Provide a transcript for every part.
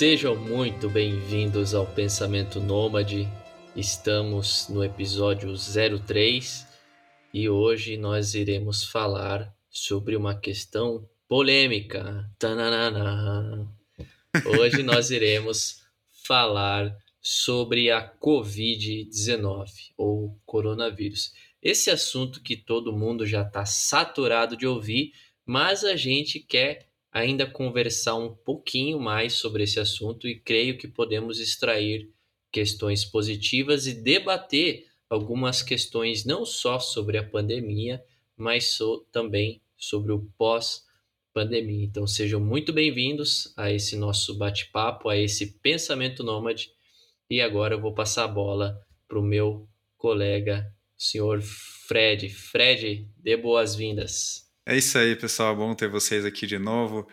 Sejam muito bem-vindos ao Pensamento Nômade. Estamos no episódio 03 e hoje nós iremos falar sobre uma questão polêmica. Tananana. Hoje nós iremos falar sobre a Covid-19 ou coronavírus. Esse assunto que todo mundo já está saturado de ouvir, mas a gente quer ainda conversar um pouquinho mais sobre esse assunto e creio que podemos extrair questões positivas e debater algumas questões não só sobre a pandemia, mas também sobre o pós-pandemia. Então sejam muito bem-vindos a esse nosso bate-papo, a esse Pensamento Nômade. E agora eu vou passar a bola para o meu colega, o senhor Fred. Fred, dê boas-vindas. É isso aí, pessoal. Bom ter vocês aqui de novo.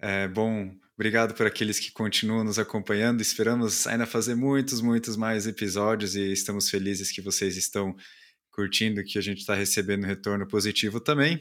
Obrigado por aqueles que continuam nos acompanhando. Esperamos ainda fazer muitos mais episódios e estamos felizes que vocês estão curtindo, que a gente está recebendo retorno positivo também.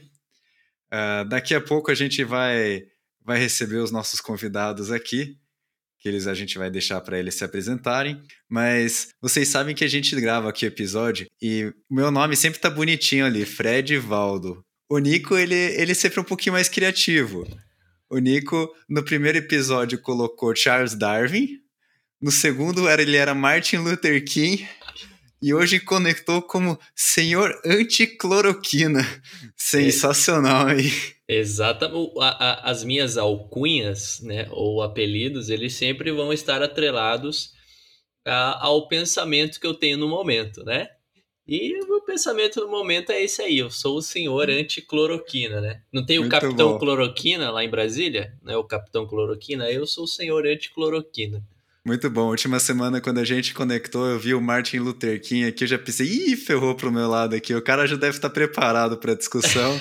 Daqui a pouco a gente vai receber os nossos convidados aqui, a gente vai deixar para eles se apresentarem, mas vocês sabem que a gente grava aqui o episódio e o meu nome sempre tá bonitinho ali, Fred Valdo. O Nico, ele sempre é um pouquinho mais criativo. O Nico, no primeiro episódio, colocou Charles Darwin, no segundo ele era Martin Luther King e hoje conectou como Senhor Anticloroquina. Sensacional, hein? Exatamente. As minhas alcunhas, né, ou apelidos, eles sempre vão estar atrelados ao pensamento que eu tenho no momento, né? E o meu pensamento no momento é esse aí, eu sou o senhor anticloroquina, né? Não tem o Muito Capitão bom. Cloroquina lá em Brasília? Né? O Capitão Cloroquina, eu sou o senhor anticloroquina. Muito bom. Última semana, quando a gente conectou, eu vi o Martin Luther King aqui, eu já pensei, ih, ferrou pro meu lado aqui. O cara já deve estar preparado para a discussão.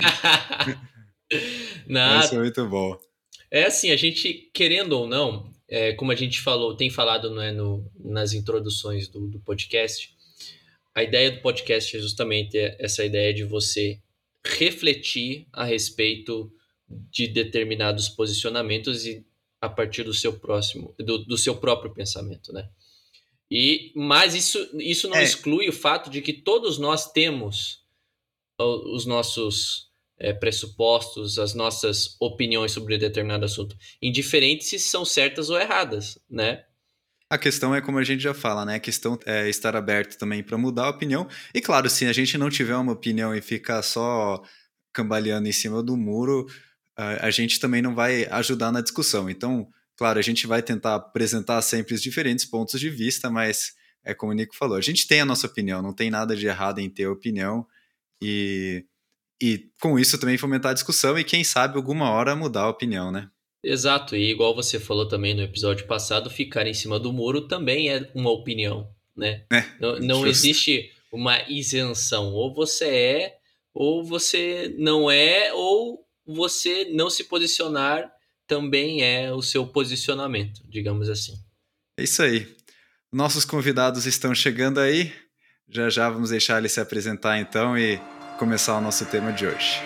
Mas foi muito bom. É assim, a gente, querendo ou não, como a gente falou, tem falado, né, nas introduções do podcast, a ideia do podcast é justamente essa ideia de você refletir a respeito de determinados posicionamentos e a partir do seu do seu próprio pensamento, né? Mas isso não exclui o fato de que todos nós temos os nossos pressupostos, as nossas opiniões sobre determinado assunto, indiferente se são certas ou erradas, né? A questão é como a gente já fala, né? A questão é estar aberto também para mudar a opinião. E claro, se a gente não tiver uma opinião e ficar só cambaleando em cima do muro, a gente também não vai ajudar na discussão. Então, claro, a gente vai tentar apresentar sempre os diferentes pontos de vista, mas é como o Nico falou, a gente tem a nossa opinião, não tem nada de errado em ter opinião e com isso também fomentar a discussão e quem sabe alguma hora mudar a opinião, né? Exato, e igual você falou também no episódio passado, ficar em cima do muro também é uma opinião, né? Não Justo. existe uma isenção, ou você não é, ou você não se posicionar também é o seu posicionamento, digamos assim. É isso aí. Nossos convidados estão chegando aí. Já já vamos deixar ele se apresentar então e começar o nosso tema de hoje.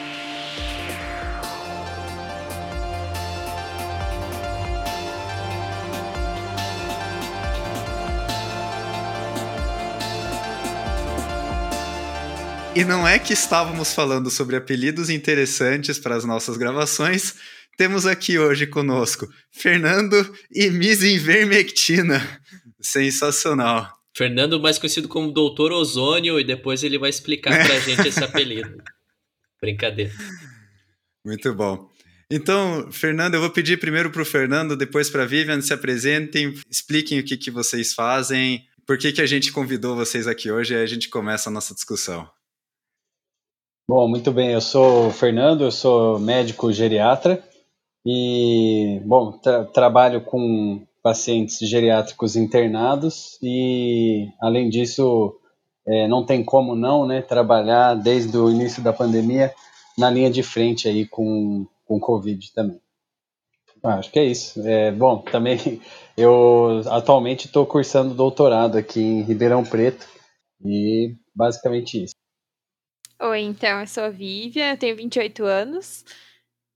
E não é que estávamos falando sobre apelidos interessantes para as nossas gravações. Temos aqui hoje conosco Fernando e Miss Ivermectina. Sensacional. Fernando, mais conhecido como Doutor Ozônio, e depois ele vai explicar pra gente esse apelido. Brincadeira. Muito bom. Então, Fernando, eu vou pedir primeiro para o Fernando, depois para a Vivian, se apresentem, expliquem o que vocês fazem, por que a gente convidou vocês aqui hoje e aí a gente começa a nossa discussão. Bom, muito bem, eu sou o Fernando, eu sou médico geriatra e, bom, trabalho com pacientes geriátricos internados e, além disso, não tem como não, né, trabalhar desde o início da pandemia na linha de frente aí com Covid também. Acho que é isso. Bom, também eu atualmente estou cursando doutorado aqui em Ribeirão Preto e basicamente isso. Oi, então, eu sou a Vivian, eu tenho 28 anos.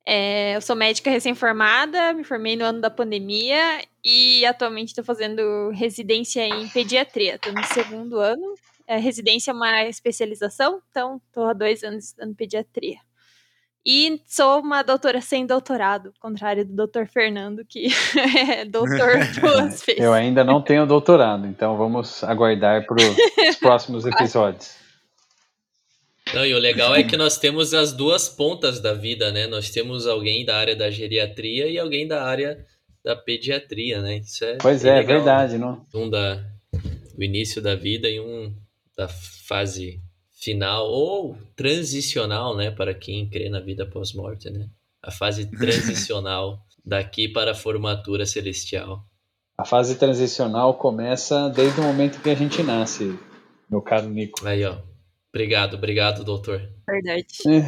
Eu sou médica recém-formada, me formei no ano da pandemia e atualmente estou fazendo residência em pediatria. Estou no segundo ano. Residência é uma especialização, então estou há 2 anos estudando pediatria. E sou uma doutora sem doutorado, ao contrário do doutor Fernando, que é doutor 2 vezes. Eu ainda não tenho doutorado, então vamos aguardar para os próximos episódios. Não, e o legal é que nós temos as duas pontas da vida, né? Nós temos alguém da área da geriatria e alguém da área da pediatria, né? Isso é Pois bem é, legal, verdade, né? não? Um do início da vida e um da fase final ou transicional, né? Para quem crê na vida pós-morte, né? A fase transicional daqui para a formatura celestial. A fase transicional começa desde o momento que a gente nasce, meu caro Nico. Aí, ó. Obrigado, doutor. Verdade.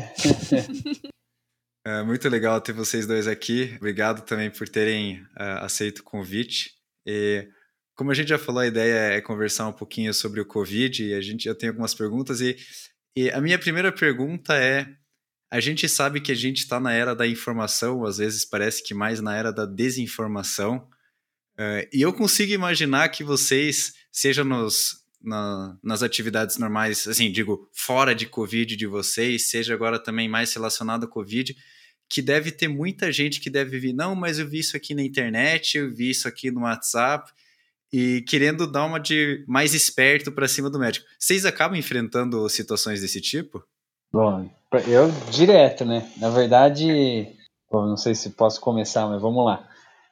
É muito legal ter vocês dois aqui. Obrigado também por terem aceito o convite. E como a gente já falou, a ideia é conversar um pouquinho sobre o Covid e a gente já tem algumas perguntas. E a minha primeira pergunta é: a gente sabe que a gente está na era da informação, às vezes parece que mais na era da desinformação. E eu consigo imaginar que vocês, seja nas atividades normais, assim, digo, fora de Covid de vocês, seja agora também mais relacionado a Covid, que deve ter muita gente que deve vir, não, mas eu vi isso aqui na internet, eu vi isso aqui no WhatsApp, e querendo dar uma de mais esperto para cima do médico. Vocês acabam enfrentando situações desse tipo? Bom, eu direto, né? Na verdade, bom, não sei se posso começar, mas vamos lá.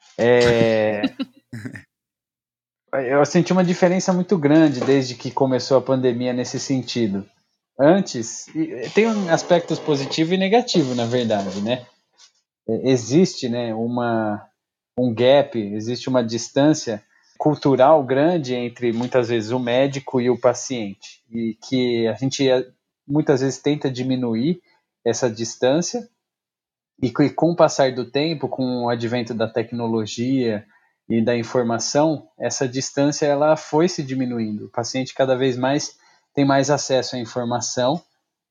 Eu senti uma diferença muito grande desde que começou a pandemia nesse sentido. Antes, tem aspectos positivos e negativos, na verdade, né? Existe, né, um gap, existe uma distância cultural grande entre, muitas vezes, o médico e o paciente, e que a gente muitas vezes tenta diminuir essa distância, e com o passar do tempo, com o advento da tecnologia e da informação, essa distância ela foi se diminuindo. O paciente cada vez mais tem mais acesso à informação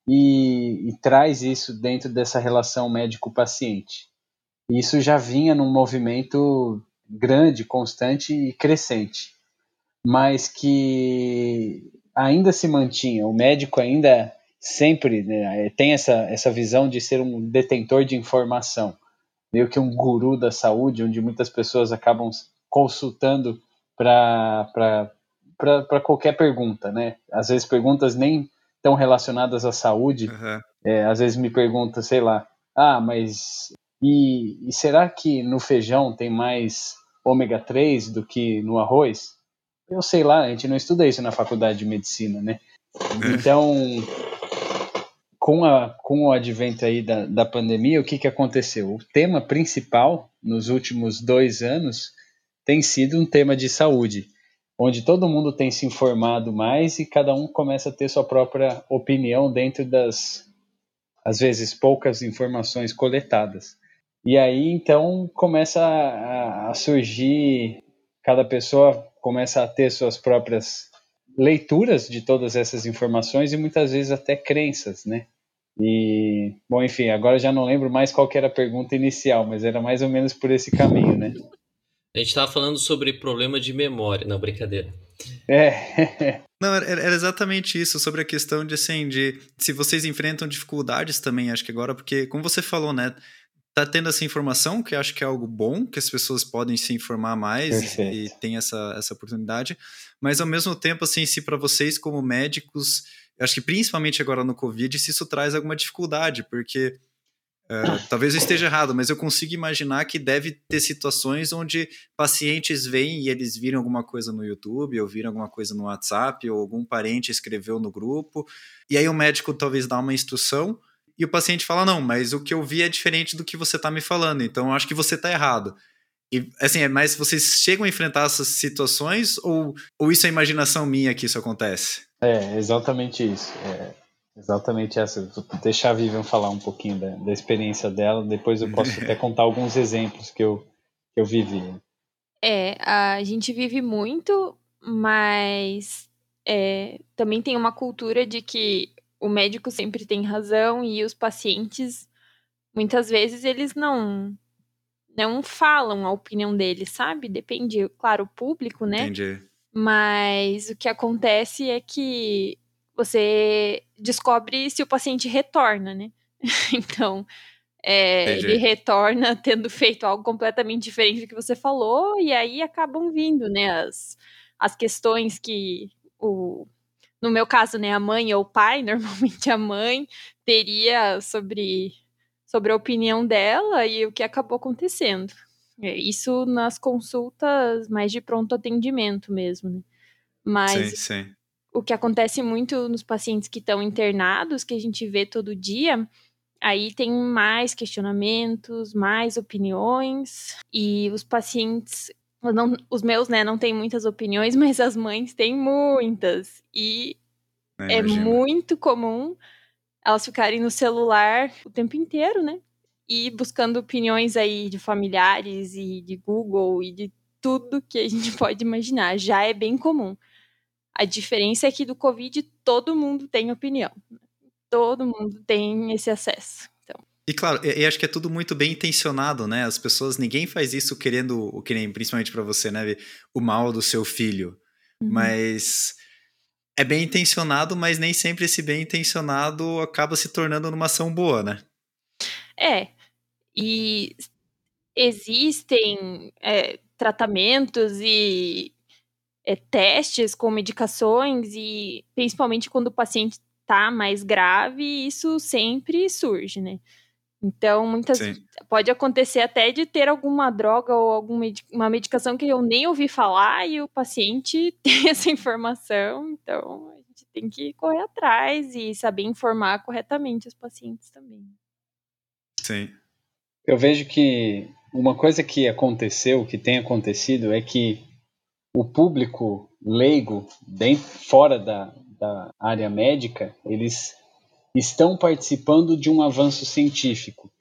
e traz isso dentro dessa relação médico-paciente. Isso já vinha num movimento grande, constante e crescente, mas que ainda se mantinha. O médico ainda sempre, né, tem essa visão de ser um detentor de informação, meio que um guru da saúde, onde muitas pessoas acabam consultando para qualquer pergunta, né? Às vezes perguntas nem tão relacionadas à saúde. Às vezes me pergunta, sei lá, mas e será que no feijão tem mais ômega 3 do que no arroz? Eu sei lá, a gente não estuda isso na faculdade de medicina, né? Então, com o advento aí da pandemia, o que aconteceu? O tema principal nos últimos 2 anos tem sido um tema de saúde, onde todo mundo tem se informado mais e cada um começa a ter sua própria opinião dentro das, às vezes, poucas informações coletadas. E aí, então, começa a surgir, cada pessoa começa a ter suas próprias leituras de todas essas informações e muitas vezes até crenças, né? E, bom, enfim, agora já não lembro mais qual que era a pergunta inicial, mas era mais ou menos por esse caminho, né? A gente estava falando sobre problema de memória, não, brincadeira. Não, era exatamente isso, sobre a questão de, assim, de se vocês enfrentam dificuldades também, acho que agora, porque, como você falou, né, tá tendo essa informação, que acho que é algo bom, que as pessoas podem se informar mais e tem essa oportunidade, mas ao mesmo tempo, assim, se para vocês como médicos, acho que principalmente agora no Covid, se isso traz alguma dificuldade, porque talvez eu esteja errado, mas eu consigo imaginar que deve ter situações onde pacientes vêm e eles viram alguma coisa no YouTube, ou viram alguma coisa no WhatsApp, ou algum parente escreveu no grupo, e aí o médico talvez dá uma instrução, e o paciente fala, não, mas o que eu vi é diferente do que você está me falando, então eu acho que você está errado. E, assim, mas vocês chegam a enfrentar essas situações, ou isso é imaginação minha que isso acontece? Exatamente isso. Exatamente essa. Vou deixar a Vivian falar um pouquinho da experiência dela, depois eu posso até contar alguns exemplos que eu vivi. A gente vive muito, mas também tem uma cultura de que o médico sempre tem razão e os pacientes muitas vezes eles não falam a opinião deles, sabe? Depende, claro, o público, né? Entendi. Mas o que acontece é que você descobre se o paciente retorna, né? Então, ele Entendi. retorna tendo feito algo completamente diferente do que você falou, e aí acabam vindo, né, as questões que no meu caso, né, a mãe ou o pai, normalmente a mãe, teria sobre a opinião dela e o que acabou acontecendo. Isso nas consultas mais de pronto atendimento mesmo, né? Mas Sim. o que acontece muito nos pacientes que estão internados, que a gente vê todo dia, aí tem mais questionamentos, mais opiniões, e os pacientes, os meus, né, não têm muitas opiniões, mas as mães têm muitas. E é Imagina. muito comum elas ficarem no celular o tempo inteiro, né? E buscando opiniões aí de familiares e de Google e de tudo que a gente pode imaginar. Já é bem comum. A diferença é que do Covid todo mundo tem opinião. Todo mundo tem esse acesso. Então, E claro, eu acho que é tudo muito bem intencionado, né? As pessoas, ninguém faz isso querendo, o que nem principalmente pra você, né? O mal do seu filho. Mas é bem intencionado, mas nem sempre esse bem intencionado acaba se tornando numa ação boa, né? E existem tratamentos e testes com medicações, e principalmente quando o paciente está mais grave, isso sempre surge, né? Então, Sim. pode acontecer até de ter alguma droga ou uma medicação que eu nem ouvi falar e o paciente tem essa informação. Então, a gente tem que correr atrás e saber informar corretamente os pacientes também. Sim. Eu vejo que uma coisa que aconteceu, que tem acontecido, é que o público leigo, fora da área médica, eles estão participando de um avanço científico.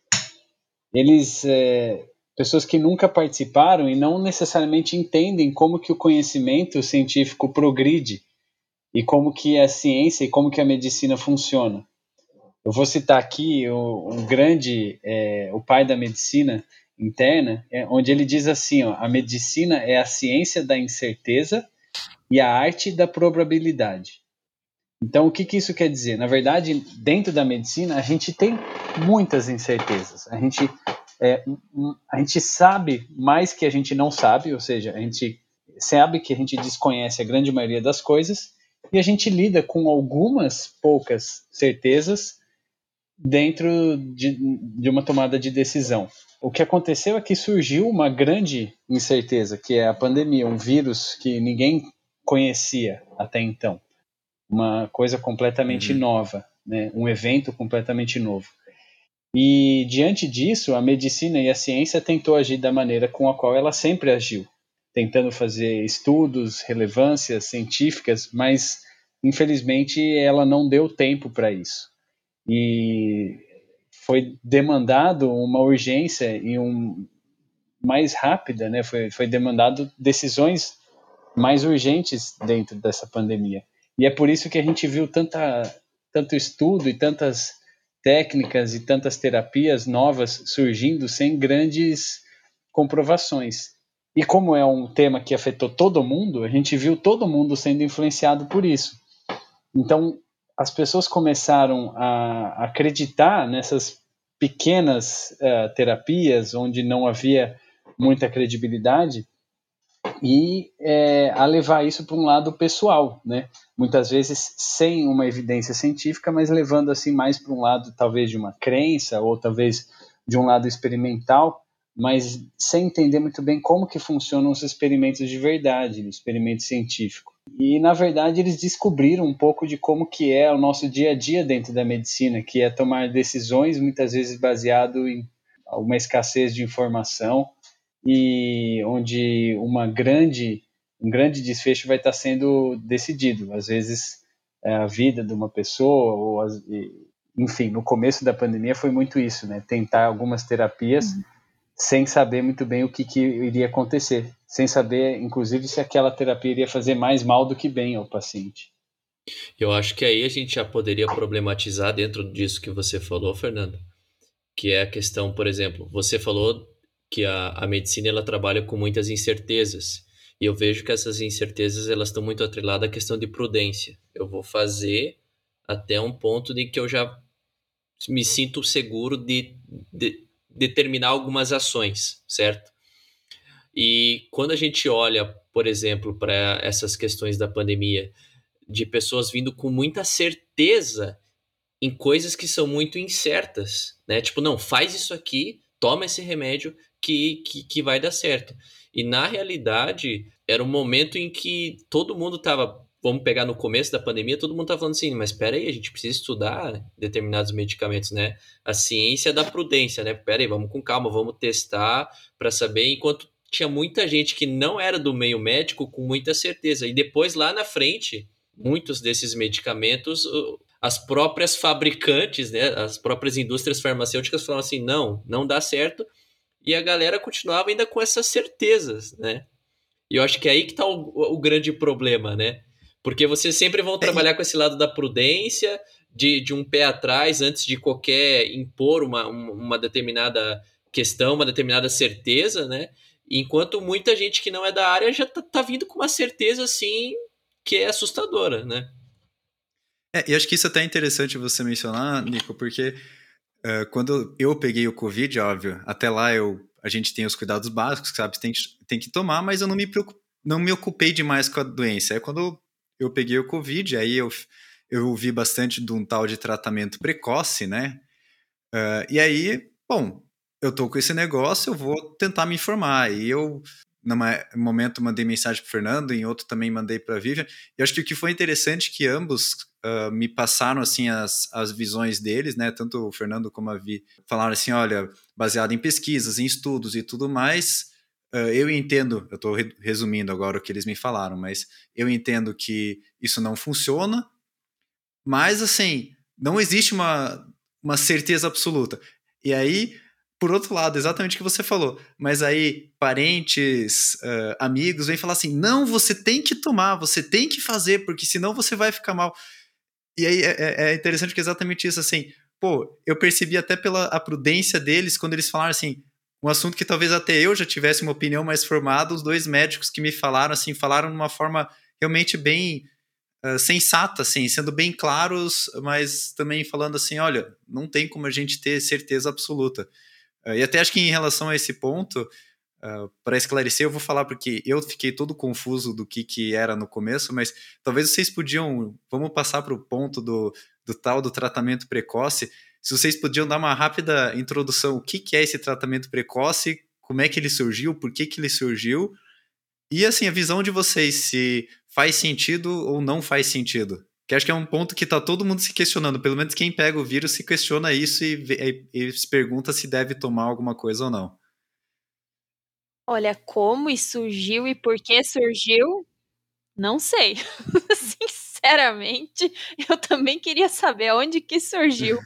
Pessoas que nunca participaram e não necessariamente entendem como que o conhecimento científico progride e como que a ciência e como que a medicina funciona. Eu vou citar aqui o pai da medicina interna, onde ele diz assim, ó, a medicina é a ciência da incerteza e a arte da probabilidade. Então, o que isso quer dizer? Na verdade, dentro da medicina, a gente tem muitas incertezas. A gente sabe mais que a gente não sabe, ou seja, a gente sabe que a gente desconhece a grande maioria das coisas e a gente lida com algumas poucas certezas dentro de uma tomada de decisão. O que aconteceu é que surgiu uma grande incerteza, que é a pandemia, um vírus que ninguém conhecia até então. Uma coisa completamente nova, né? Um evento completamente novo. E, diante disso, a medicina e a ciência tentou agir da maneira com a qual ela sempre agiu, tentando fazer estudos, relevâncias científicas, mas, infelizmente, ela não deu tempo para isso. E foi demandado uma urgência e mais rápida, né? Foi demandado decisões mais urgentes dentro dessa pandemia. E é por isso que a gente viu tanto estudo e tantas técnicas e tantas terapias novas surgindo sem grandes comprovações. E como é um tema que afetou todo mundo, a gente viu todo mundo sendo influenciado por isso. Então, as pessoas começaram a acreditar nessas pequenas terapias onde não havia muita credibilidade e a levar isso para um lado pessoal, né? Muitas vezes sem uma evidência científica, mas levando assim mais para um lado talvez de uma crença ou talvez de um lado experimental, mas sem entender muito bem como que funcionam os experimentos de verdade, o experimento científico. E na verdade eles descobriram um pouco de como que é o nosso dia a dia dentro da medicina, que é tomar decisões muitas vezes baseado em uma escassez de informação e onde um grande desfecho vai estar sendo decidido. Às vezes a vida de uma pessoa, enfim, no começo da pandemia foi muito isso, né? Tentar algumas terapias sem saber muito bem o que iria acontecer, sem saber, inclusive, se aquela terapia iria fazer mais mal do que bem ao paciente. Eu acho que aí a gente já poderia problematizar dentro disso que você falou, Fernando, que é a questão, por exemplo, você falou que a medicina ela trabalha com muitas incertezas, e eu vejo que essas incertezas elas estão muito atreladas à questão de prudência. Eu vou fazer até um ponto de que eu já me sinto seguro de determinar algumas ações, certo? E quando a gente olha, por exemplo, para essas questões da pandemia, de pessoas vindo com muita certeza em coisas que são muito incertas, né? Tipo, não, faz isso aqui, toma esse remédio que vai dar certo. E na realidade, era um momento em que todo mundo estava, vamos pegar no começo da pandemia, todo mundo estava falando assim, mas espera aí, a gente precisa estudar determinados medicamentos, né? A ciência da prudência, né? Espera aí, vamos com calma, vamos testar para saber, enquanto tinha muita gente que não era do meio médico com muita certeza. E depois, lá na frente, muitos desses medicamentos, as próprias fabricantes, né, as próprias indústrias farmacêuticas falaram assim, não dá certo, e a galera continuava ainda com essas certezas, né? E eu acho que é aí que está o grande problema, né? Porque vocês sempre vão trabalhar com esse lado da prudência, de um pé atrás, antes de qualquer impor uma determinada questão, uma determinada certeza, né? Enquanto muita gente que não é da área já tá vindo com uma certeza, assim, que é assustadora, né? E acho que isso até é interessante você mencionar, Nico, porque quando eu peguei o Covid, óbvio, até lá a gente tem os cuidados básicos, sabe? Tem que tomar, mas eu não me ocupei demais com a doença. Aí quando eu peguei o Covid, aí eu ouvi bastante de um tal de tratamento precoce, né? E aí, bom, eu tô com esse negócio, eu vou tentar me informar. E eu, num momento, mandei mensagem pro Fernando, em outro também mandei pra Vivian. E acho que o que foi interessante é que ambos me passaram, assim, as visões deles, né? Tanto o Fernando como a Vi falaram assim, olha, baseado em pesquisas, em estudos e tudo mais, eu entendo, eu tô resumindo agora o que eles me falaram, mas eu entendo que isso não funciona, mas, assim, não existe uma certeza absoluta. E aí, por outro lado, exatamente o que você falou, mas aí parentes, amigos vêm falar assim, não, você tem que tomar, você tem que fazer, porque senão você vai ficar mal. E aí é interessante que é exatamente isso, assim, pô, eu percebi até pela a prudência deles quando eles falaram assim, um assunto que talvez até eu já tivesse uma opinião mais formada, os dois médicos que me falaram, assim, falaram de uma forma realmente bem sensata, assim, sendo bem claros, mas também falando assim, olha, não tem como a gente ter certeza absoluta. E até acho que em relação a esse ponto, para esclarecer, eu vou falar porque eu fiquei todo confuso do que era no começo, mas talvez vocês podiam, vamos passar para o ponto do tal do tratamento precoce, se vocês podiam dar uma rápida introdução, o que é esse tratamento precoce, como é que ele surgiu, por que ele surgiu, e assim, a visão de vocês, se faz sentido ou não faz sentido. Que acho que é um ponto que tá todo mundo se questionando, pelo menos quem pega o vírus se questiona isso e se pergunta se deve tomar alguma coisa ou não. Olha, como surgiu e por que surgiu, não sei. Sinceramente, eu também queria saber onde que surgiu.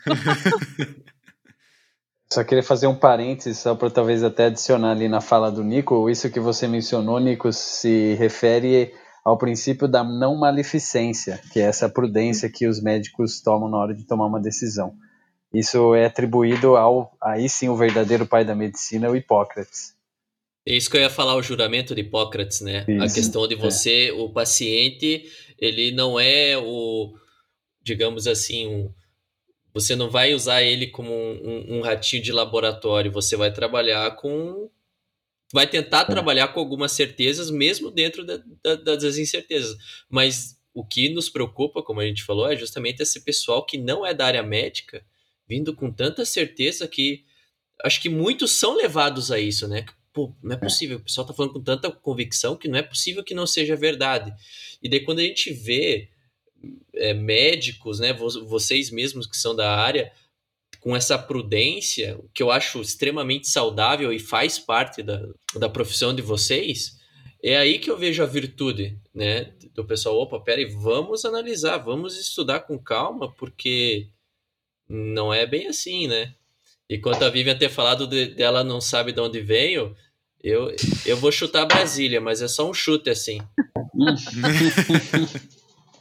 Só queria fazer um parênteses, só para talvez até adicionar ali na fala do Nico. Isso que você mencionou, Nico, se refere ao princípio da não maleficência, que é essa prudência que os médicos tomam na hora de tomar uma decisão. Isso é atribuído aí sim, o verdadeiro pai da medicina, o Hipócrates. É isso que eu ia falar, o juramento de Hipócrates, né? A Isso, questão de você, o paciente, ele não é digamos assim, você não vai usar ele como um ratinho de laboratório, você vai trabalhar vai tentar trabalhar com algumas certezas, mesmo dentro das incertezas. Mas o que nos preocupa, como a gente falou, é justamente esse pessoal que não é da área médica, vindo com tanta certeza que acho que muitos são levados a isso, né? Pô, não é possível, o pessoal tá falando com tanta convicção que não é possível que não seja verdade. E daí quando a gente vê médicos, né, vocês mesmos que são da área, com essa prudência, que eu acho extremamente saudável e faz parte da profissão de vocês, é aí que eu vejo a virtude, né, do pessoal, opa, peraí, vamos analisar, vamos estudar com calma, porque não é bem assim, né? E quanto a Vivian ter falado dela não sabe de onde veio, eu vou chutar Brasília, mas é só um chute assim.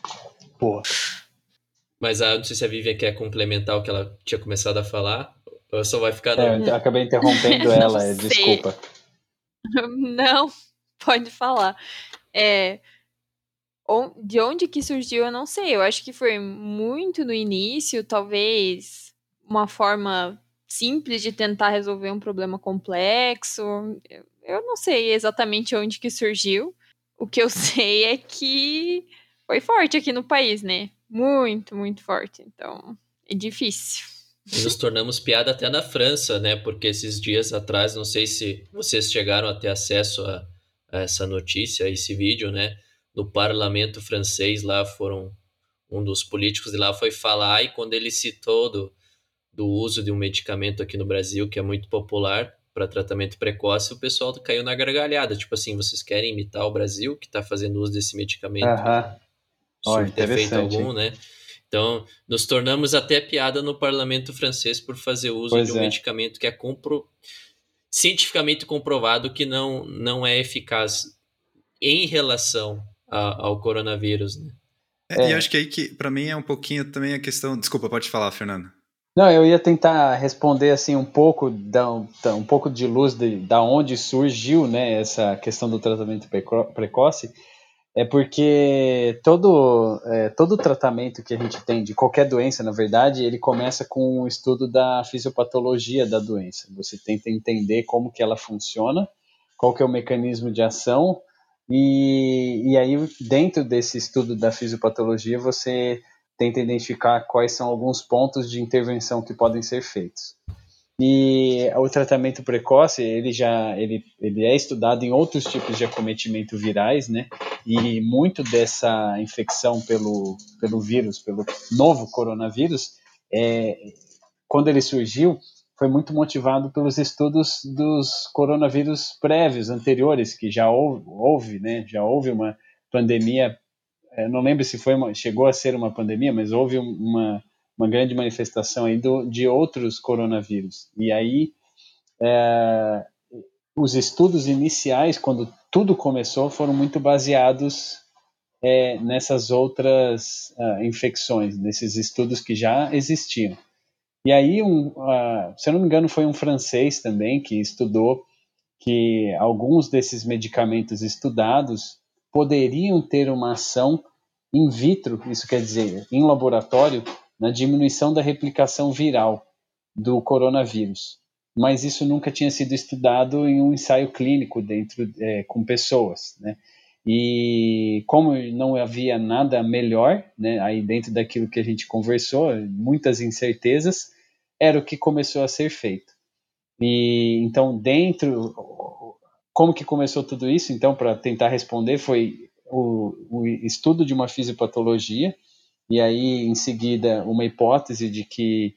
Pô. Mas não sei se a Vivian quer complementar o que ela tinha começado a falar. Ou só vai ficar no... Eu acabei interrompendo Não ela, sei. desculpa. Não, pode falar. De onde que surgiu, eu não sei. Eu acho que foi muito no início, talvez uma forma simples de tentar resolver um problema complexo. Eu não sei exatamente onde que surgiu. O que eu sei é que foi forte aqui no país, né? Muito, muito forte. Então, é difícil. E nos tornamos piada até na França, né? Porque esses dias atrás, não sei se vocês chegaram a ter acesso a essa notícia, a esse vídeo, né? No parlamento francês lá um dos políticos de lá foi falar, e quando ele citou do uso de um medicamento aqui no Brasil que é muito popular para tratamento precoce, o pessoal caiu na gargalhada. Tipo assim, vocês querem imitar o Brasil que está fazendo uso desse medicamento e Aham. não Ó, surte efeito interessante, algum, hein? né? Então, nos tornamos até piada no parlamento francês por fazer uso de Pois um é. medicamento que é cientificamente comprovado que não é eficaz em relação ao coronavírus, né? E eu acho que aí que, para mim, é um pouquinho também a questão... Desculpa, pode falar, Fernando. Não, eu ia tentar responder assim um pouco, dar um pouco de luz da onde surgiu, né, essa questão do tratamento precoce. É porque todo tratamento que a gente tem de qualquer doença, na verdade, ele começa com um estudo da fisiopatologia da doença. Você tenta entender como que ela funciona, qual que é o mecanismo de ação, e aí dentro desse estudo da fisiopatologia você tenta identificar quais são alguns pontos de intervenção que podem ser feitos. E o tratamento precoce, ele é estudado em outros tipos de acometimento virais, né? E muito dessa infecção pelo vírus, pelo novo coronavírus, quando ele surgiu, foi muito motivado pelos estudos dos coronavírus prévios, anteriores, que já houve, né? Já houve uma pandemia, não lembro se chegou a ser uma pandemia, mas houve uma grande manifestação aí de outros coronavírus. E aí, os estudos iniciais, quando tudo começou, foram muito baseados nessas outras infecções, nesses estudos que já existiam. E aí, se eu não me engano, foi um francês também que estudou que alguns desses medicamentos estudados poderiam ter uma ação in vitro, isso quer dizer, em laboratório, na diminuição da replicação viral do coronavírus. Mas isso nunca tinha sido estudado em um ensaio clínico com pessoas, né? E como não havia nada melhor, né, aí dentro daquilo que a gente conversou, muitas incertezas, era o que começou a ser feito. E então como que começou tudo isso? Então, para tentar responder, foi o estudo de uma fisiopatologia, e aí em seguida uma hipótese de que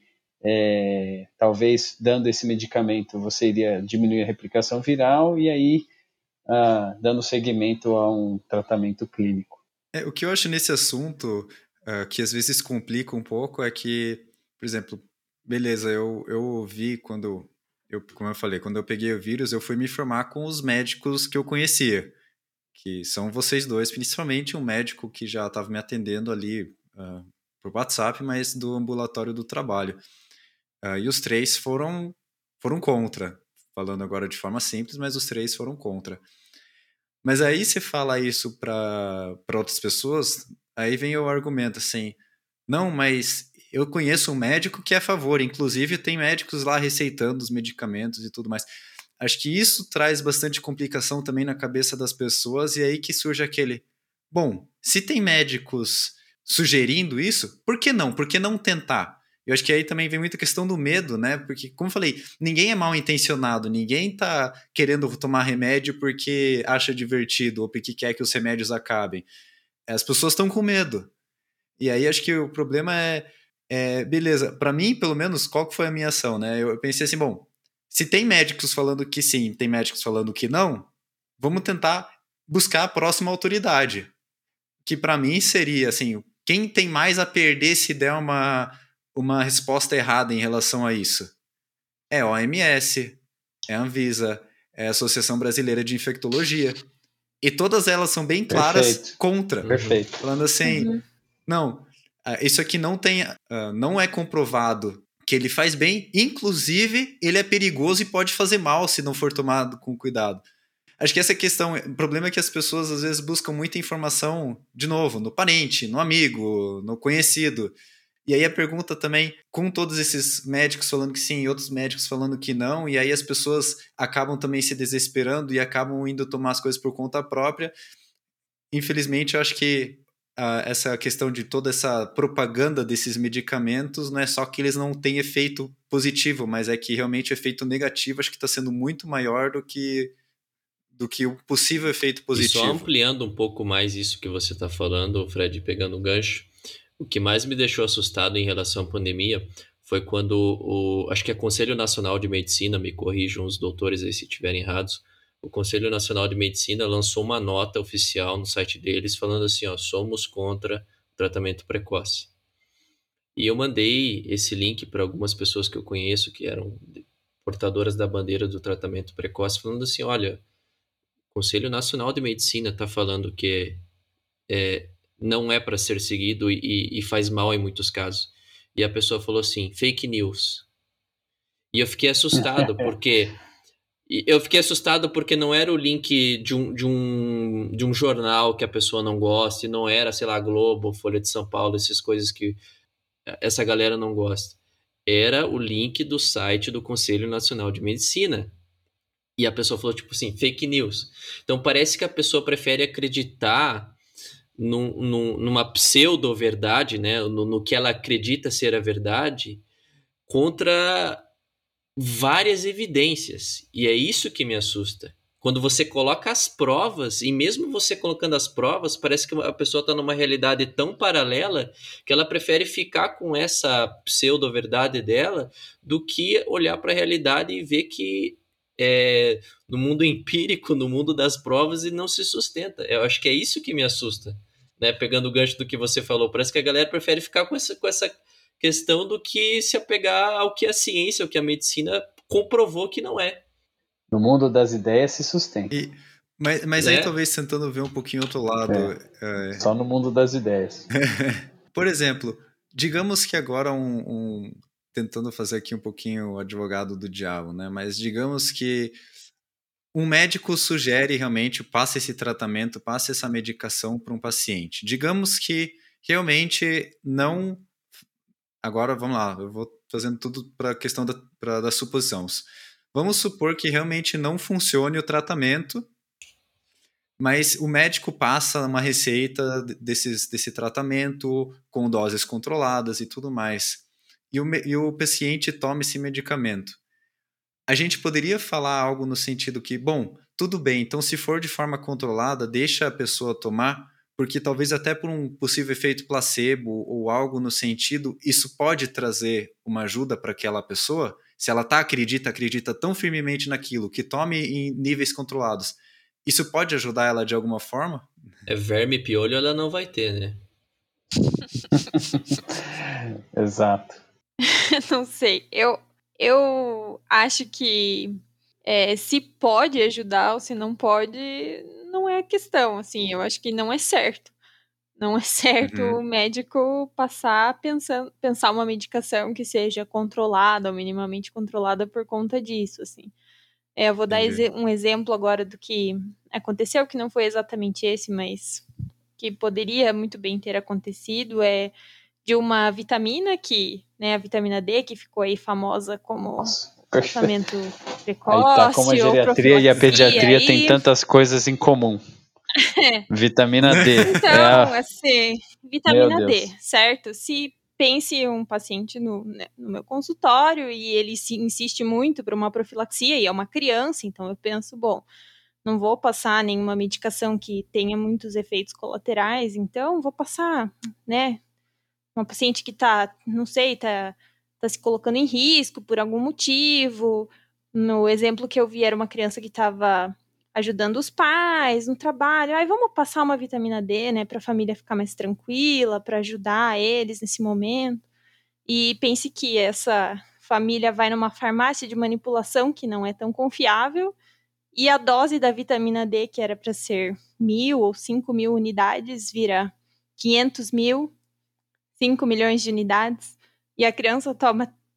talvez dando esse medicamento você iria diminuir a replicação viral, e aí dando seguimento a um tratamento clínico. O que eu acho nesse assunto que às vezes complica um pouco é que, por exemplo, beleza, eu ouvi como eu falei, quando eu peguei o vírus, eu fui me informar com os médicos que eu conhecia, que são vocês dois, principalmente um médico que já estava me atendendo ali por WhatsApp, mas do ambulatório do trabalho. E os três foram contra, falando agora de forma simples, mas os três foram contra. Mas aí você fala isso para outras pessoas, aí vem o argumento assim, não, mas eu conheço um médico que é a favor, inclusive tem médicos lá receitando os medicamentos e tudo mais. Acho que isso traz bastante complicação também na cabeça das pessoas, e aí que surge aquele, bom, se tem médicos sugerindo isso, por que não? Por que não tentar? Eu acho que aí também vem muita questão do medo, né? Porque, como eu falei, ninguém é mal intencionado, ninguém tá querendo tomar remédio porque acha divertido ou porque quer que os remédios acabem. As pessoas estão com medo. E aí acho que o problema beleza, para mim, pelo menos, qual que foi a minha ação, né? Eu pensei assim, bom, se tem médicos falando que sim, tem médicos falando que não, vamos tentar buscar a próxima autoridade. Que para mim seria, assim, quem tem mais a perder se der uma resposta errada em relação a isso? É a OMS, é a Anvisa, é a Associação Brasileira de Infectologia. E todas elas são bem claras contra. Perfeito. Falando assim, não, isso aqui não é comprovado que ele faz bem, inclusive ele é perigoso e pode fazer mal se não for tomado com cuidado. Acho que essa questão, o problema é que as pessoas às vezes buscam muita informação, de novo, no parente, no amigo, no conhecido. E aí a pergunta também, com todos esses médicos falando que sim e outros médicos falando que não, e aí as pessoas acabam também se desesperando e acabam indo tomar as coisas por conta própria. Infelizmente, eu acho que essa questão de toda essa propaganda desses medicamentos não é só que eles não têm efeito positivo, mas é que realmente o efeito negativo acho que está sendo muito maior do que o possível efeito E só positivo. ampliando um pouco mais isso que você está falando, Fred, pegando o gancho, o que mais me deixou assustado em relação à pandemia foi quando acho que é Conselho Nacional de Medicina, me corrijam os doutores aí se estiverem errados, o Conselho Nacional de Medicina lançou uma nota oficial no site deles falando assim, ó, somos contra o tratamento precoce. E eu mandei esse link para algumas pessoas que eu conheço que eram portadoras da bandeira do tratamento precoce, falando assim, olha, o Conselho Nacional de Medicina está falando que não é para ser seguido e faz mal em muitos casos. E a pessoa falou assim, fake news. E eu fiquei assustado, porque não era o link de um jornal que a pessoa não gosta, e não era, sei lá, Globo, Folha de São Paulo, essas coisas que essa galera não gosta. Era o link do site do Conselho Nacional de Medicina. E a pessoa falou, tipo assim, fake news. Então parece que a pessoa prefere acreditar numa pseudo-verdade, né? No que ela acredita ser a verdade, contra várias evidências. E é isso que me assusta. Quando você coloca as provas, e mesmo você colocando as provas, parece que a pessoa está numa realidade tão paralela que ela prefere ficar com essa pseudo-verdade dela do que olhar para a realidade e ver que no mundo empírico, no mundo das provas, e não se sustenta. Eu acho que é isso que me assusta. Né? Pegando o gancho do que você falou, parece que a galera prefere ficar com essa questão do que se apegar ao que a ciência, ao que a medicina comprovou que não é. No mundo das ideias se sustenta. Mas aí talvez tentando ver um pouquinho outro lado. Só no mundo das ideias. Por exemplo, digamos que agora tentando fazer aqui um pouquinho o advogado do diabo, né? Mas digamos que um médico sugere realmente, passa esse tratamento, passa essa medicação para um paciente. Digamos que realmente não... Agora, vamos lá, eu vou fazendo tudo para a questão das suposições. Vamos supor que realmente não funcione o tratamento, mas o médico passa uma receita desse tratamento com doses controladas e tudo mais. E o paciente toma esse medicamento. A gente poderia falar algo no sentido que, bom, tudo bem, então se for de forma controlada, deixa a pessoa tomar, porque talvez até por um possível efeito placebo ou algo no sentido, isso pode trazer uma ajuda para aquela pessoa, se ela acredita tão firmemente naquilo, que tome em níveis controlados. Isso pode ajudar ela de alguma forma? Verme e piolho ela não vai ter, né? Exato. Não sei. Eu acho que se pode ajudar ou se não pode, não é a questão. Assim, eu acho que não é certo. Não é certo o médico pensar uma medicação que seja controlada ou minimamente controlada por conta disso, assim. Eu vou dar um exemplo agora do que aconteceu, que não foi exatamente esse, mas que poderia muito bem ter acontecido, de uma vitamina né, a vitamina D, que ficou aí famosa como tratamento precoce. Aí tá como a geriatria e a pediatria tem tantas coisas em comum. Vitamina D. Então, assim, vitamina D, certo? Se pense um paciente no meu consultório e ele insiste muito para uma profilaxia e é uma criança, então eu penso, bom, não vou passar nenhuma medicação que tenha muitos efeitos colaterais, então vou passar, né, uma paciente que não sei, tá se colocando em risco por algum motivo. No exemplo que eu vi, era uma criança que estava ajudando os pais no trabalho. Vamos passar uma vitamina D, né, para a família ficar mais tranquila, para ajudar eles nesse momento. E pense que essa família vai numa farmácia de manipulação que não é tão confiável e a dose da vitamina D, que era para ser 1.000 ou 5.000 unidades, vira 500 mil, 5 milhões de unidades, e a criança toma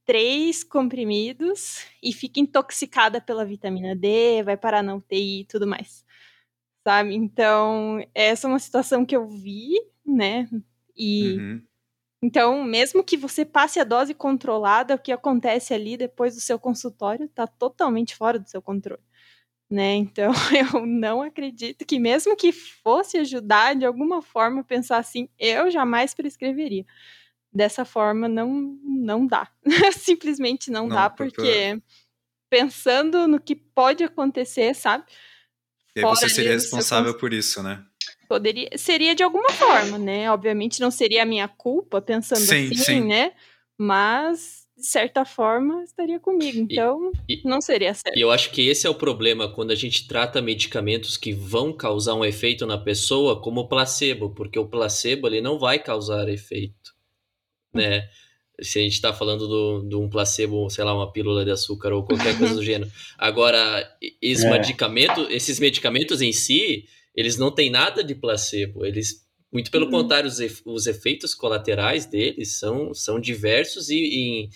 3 comprimidos e fica intoxicada pela vitamina D, vai parar na UTI e tudo mais, sabe? Então, essa é uma situação que eu vi, né? E então, mesmo que você passe a dose controlada, o que acontece ali depois do seu consultório está totalmente fora do seu controle, né? Então, eu não acredito que mesmo que fosse ajudar de alguma forma, pensar assim, eu jamais prescreveria. Dessa forma, não dá. Simplesmente não dá, Não, porque pensando no que pode acontecer, sabe? E aí Fora você seria ali do seu responsável por isso, né? seria de alguma forma, né? Obviamente não seria a minha culpa pensando Sim, assim, sim. né? Mas, de certa forma, estaria comigo. Então, não seria certo. E eu acho que esse é o problema quando a gente trata medicamentos que vão causar um efeito na pessoa como placebo, porque o placebo ele não vai causar efeito, né? Se a gente está falando de um placebo, sei lá, uma pílula de açúcar ou qualquer coisa do gênero. Agora, esses medicamentos em si, eles não têm nada de placebo. Eles, muito pelo contrário, os efeitos colaterais deles são diversos e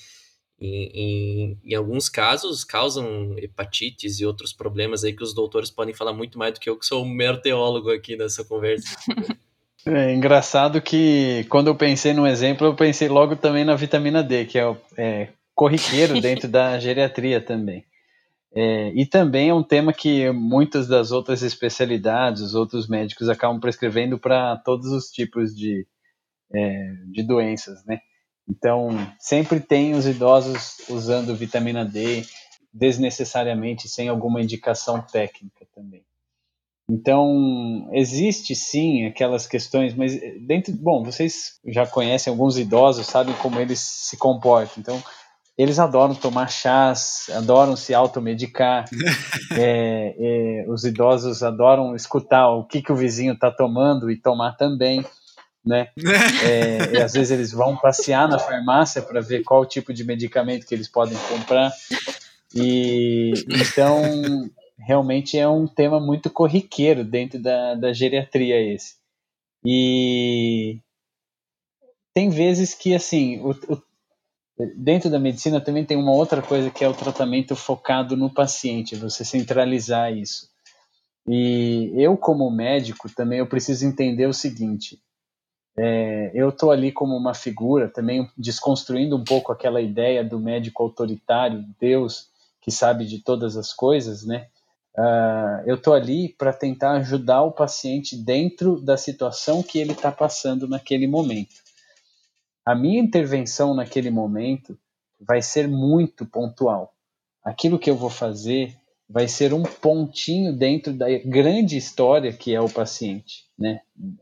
em alguns casos causam hepatites e outros problemas aí que os doutores podem falar muito mais do que eu, que sou um mero teólogo aqui nessa conversa. É engraçado que quando eu pensei num exemplo, eu pensei logo também na vitamina D, que é corriqueiro dentro da geriatria também. E também é um tema que muitas das outras especialidades, os outros médicos acabam prescrevendo para todos os tipos de doenças, né? Então, sempre tem os idosos usando vitamina D desnecessariamente, sem alguma indicação técnica também. Então, existe sim aquelas questões, mas vocês já conhecem alguns idosos, sabem como eles se comportam. Então, eles adoram tomar chás, adoram se automedicar. Os idosos adoram escutar o que o vizinho está tomando e tomar também, né? E às vezes eles vão passear na farmácia para ver qual tipo de medicamento que eles podem comprar. E então realmente é um tema muito corriqueiro dentro da geriatria esse. E tem vezes que assim, dentro da medicina também tem uma outra coisa que é o tratamento focado no paciente, você centralizar isso. E eu como médico também eu preciso entender o seguinte, eu estou ali como uma figura, também desconstruindo um pouco aquela ideia do médico autoritário, Deus, que sabe de todas as coisas, né? Eu estou ali para tentar ajudar o paciente dentro da situação que ele está passando naquele momento. A minha intervenção naquele momento vai ser muito pontual. Aquilo que eu vou fazer vai ser um pontinho dentro da grande história que é o paciente, né?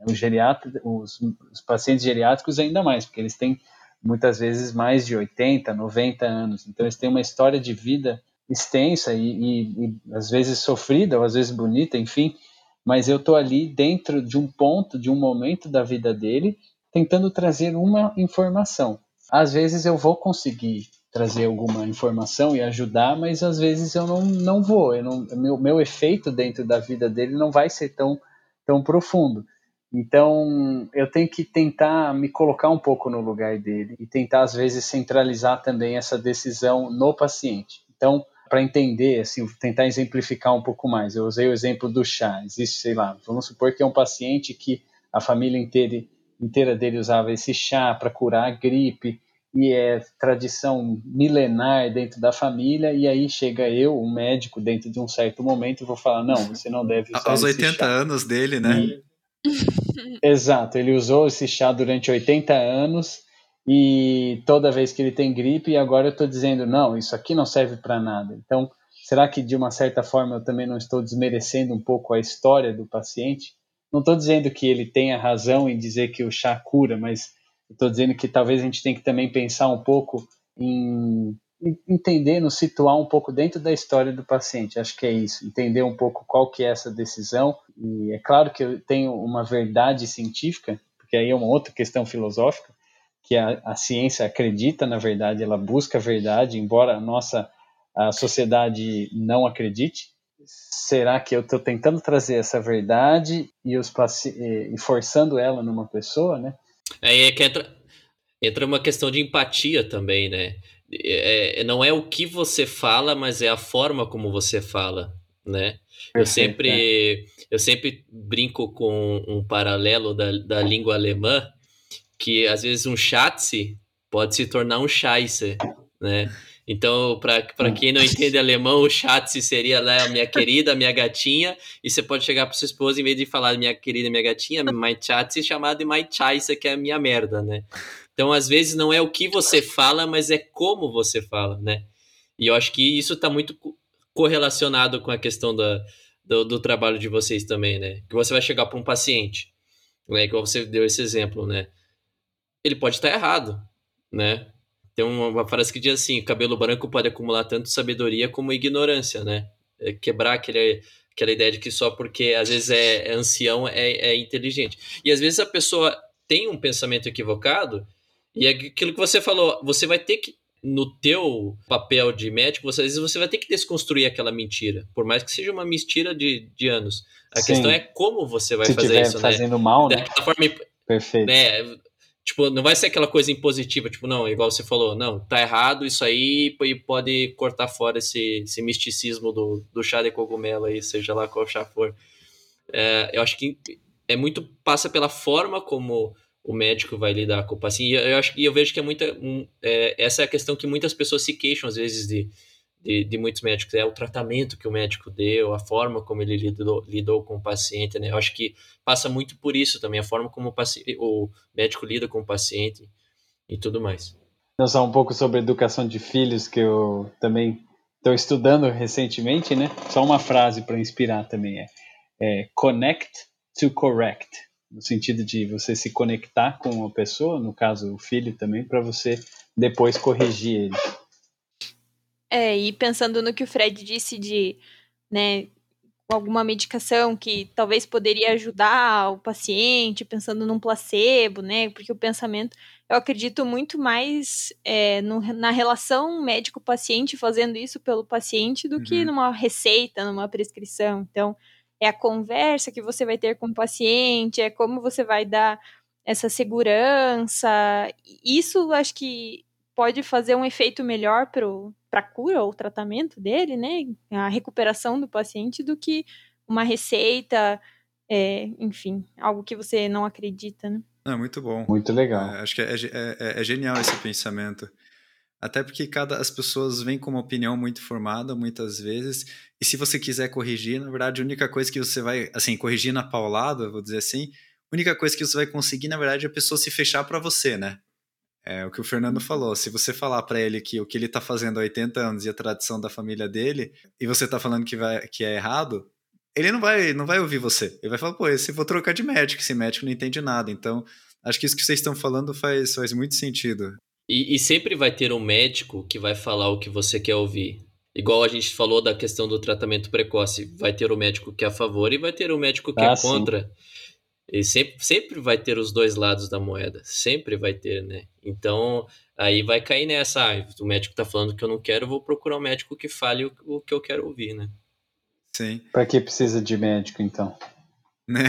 Os pacientes geriátricos ainda mais, porque eles têm muitas vezes mais de 80, 90 anos. Então eles têm uma história de vida extensa e às vezes sofrida, ou às vezes bonita, enfim. Mas eu estou ali dentro de um ponto, de um momento da vida dele, tentando trazer uma informação. Às vezes eu vou conseguir trazer alguma informação e ajudar, mas às vezes eu não vou. Meu efeito dentro da vida dele não vai ser tão profundo. Então, eu tenho que tentar me colocar um pouco no lugar dele e tentar, às vezes, centralizar também essa decisão no paciente. Então, para entender, assim, tentar exemplificar um pouco mais, eu usei o exemplo do chá. Existe, sei lá, vamos supor que é um paciente que a família inteira dele usava esse chá para curar a gripe, e é tradição milenar dentro da família, e aí chega eu, um médico, dentro de um certo momento, e vou falar, não, você não deve usar Aos esse 80 chá. anos dele, né? Exato, ele usou esse chá durante 80 anos, e toda vez que ele tem gripe, e agora eu estou dizendo, não, isso aqui não serve para nada. Então, será que de uma certa forma eu também não estou desmerecendo um pouco a história do paciente? Não estou dizendo que ele tenha razão em dizer que o chá cura, mas estou dizendo que talvez a gente tenha que também pensar um pouco em entender, nos situar um pouco dentro da história do paciente. Acho que é isso, entender um pouco qual que é essa decisão. E é claro que eu tenho uma verdade científica, porque aí é uma outra questão filosófica, que a ciência acredita na verdade, ela busca a verdade, embora a sociedade não acredite. Será que eu estou tentando trazer essa verdade e forçando ela numa pessoa, né? Aí é que entra uma questão de empatia também, né? não é o que você fala, mas é a forma como você fala, né? Perfeito, Eu sempre brinco com um paralelo da língua alemã, que às vezes um Schatzi pode se tornar um Scheisse, né? Então, para quem não entende alemão, o Schatzi seria lá a minha querida, minha gatinha, e você pode chegar para sua esposa, em vez de falar minha querida, minha gatinha, my Schatzi, chamar de my Scheisse, que é a minha merda, né? Então, às vezes, não é o que você fala, mas é como você fala, né? E eu acho que isso está muito correlacionado com a questão do trabalho de vocês também, né? Que você vai chegar para um paciente, né? Que você deu esse exemplo, né? Ele pode estar errado, né? Tem uma frase que diz assim: cabelo branco pode acumular tanto sabedoria como ignorância, né? É quebrar aquela ideia de que só porque às vezes é ancião é inteligente. E às vezes a pessoa tem um pensamento equivocado e é aquilo que você falou, você vai ter que, no teu papel de médico, às vezes você vai ter que desconstruir aquela mentira, por mais que seja uma mentira de anos. A questão é sim. como você vai Se fazer estiver isso, né? fazendo mal, né? Daquela forma, Perfeito. né? Tipo, não vai ser aquela coisa impositiva, tipo, não, igual você falou, não, tá errado isso aí e pode cortar fora esse misticismo do chá de cogumelo aí, seja lá qual chá for. Eu acho que é muito, passa pela forma como o médico vai lidar com o paciente. E eu vejo que essa é a questão que muitas pessoas se queixam, às vezes, de muitos médicos, é o tratamento que o médico deu, a forma como ele lidou com o paciente, né? Eu acho que passa muito por isso também, a forma como o médico lida com o paciente e tudo mais. Então, só um pouco sobre educação de filhos, que eu também estou estudando recentemente, né? Só uma frase para inspirar também é connect to correct, no sentido de você se conectar com a pessoa, no caso o filho também, para você depois corrigir ele. E pensando no que o Fred disse de, né, alguma medicação que talvez poderia ajudar o paciente, pensando num placebo, né? Porque o pensamento, eu acredito muito mais na relação médico-paciente, fazendo isso pelo paciente, do que numa receita, numa prescrição. Então, é a conversa que você vai ter com o paciente, é como você vai dar essa segurança. Isso, acho que pode fazer um efeito melhor para a cura ou tratamento dele, né? A recuperação do paciente, do que uma receita, enfim, algo que você não acredita, né? Muito bom. Muito legal. Acho que é genial esse pensamento. Até porque as pessoas vêm com uma opinião muito formada, muitas vezes, e se você quiser corrigir, na verdade, a única coisa que você vai, assim, corrigir na paulada, vou dizer assim, a única coisa que você vai conseguir, na verdade, é a pessoa se fechar para você, né? É o que o Fernando falou. Se você falar para ele que o que ele tá fazendo há 80 anos e a tradição da família dele, e você tá falando que é errado, ele não vai ouvir você. Ele vai falar, pô, esse vou trocar de médico, esse médico não entende nada. Então, acho que isso que vocês estão falando faz muito sentido. E sempre vai ter um médico que vai falar o que você quer ouvir. Igual a gente falou da questão do tratamento precoce. Vai ter o médico que é a favor e vai ter o médico que é Sim. contra. E sempre vai ter os dois lados da moeda. Sempre vai ter, né? Então, aí vai cair nessa. O médico tá falando que eu não quero, eu vou procurar um médico que fale o que eu quero ouvir, né? Sim. Para que precisa de médico, então? Né?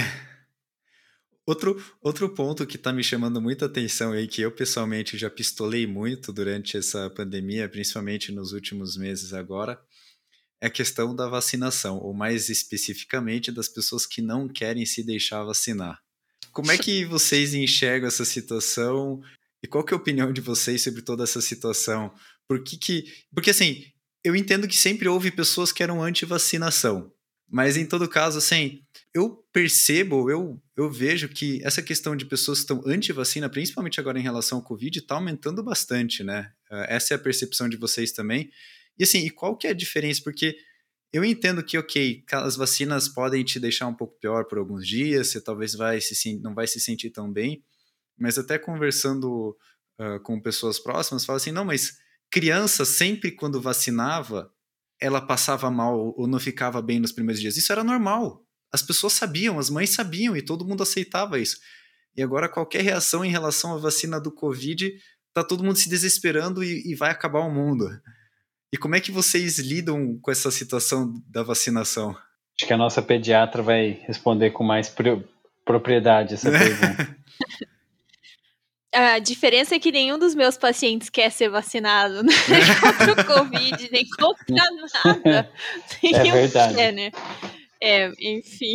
Outro ponto que está me chamando muita atenção aí, que eu pessoalmente já pistolei muito durante essa pandemia, principalmente nos últimos meses agora, é a questão da vacinação, ou mais especificamente das pessoas que não querem se deixar vacinar. Como é que vocês enxergam essa situação e qual que é a opinião de vocês sobre toda essa situação? Porque assim, eu entendo que sempre houve pessoas que eram anti-vacinação, mas em todo caso, assim, eu percebo, eu vejo que essa questão de pessoas que estão anti-vacina, principalmente agora em relação ao Covid, está aumentando bastante, né? Essa é a percepção de vocês também. E assim, e qual que é a diferença? Porque eu entendo que, ok, as vacinas podem te deixar um pouco pior por alguns dias, você talvez não vai se sentir tão bem, mas até conversando com pessoas próximas, fala assim, não, mas criança sempre quando vacinava, ela passava mal ou não ficava bem nos primeiros dias. Isso era normal. As pessoas sabiam, as mães sabiam e todo mundo aceitava isso. E agora qualquer reação em relação à vacina do Covid, tá todo mundo se desesperando e vai acabar o mundo. E como é que vocês lidam com essa situação da vacinação? Acho que a nossa pediatra vai responder com mais propriedade essa pergunta. A diferença é que nenhum dos meus pacientes quer ser vacinado, nem contra o Covid, nem contra nada. É verdade. Quer, né? Enfim.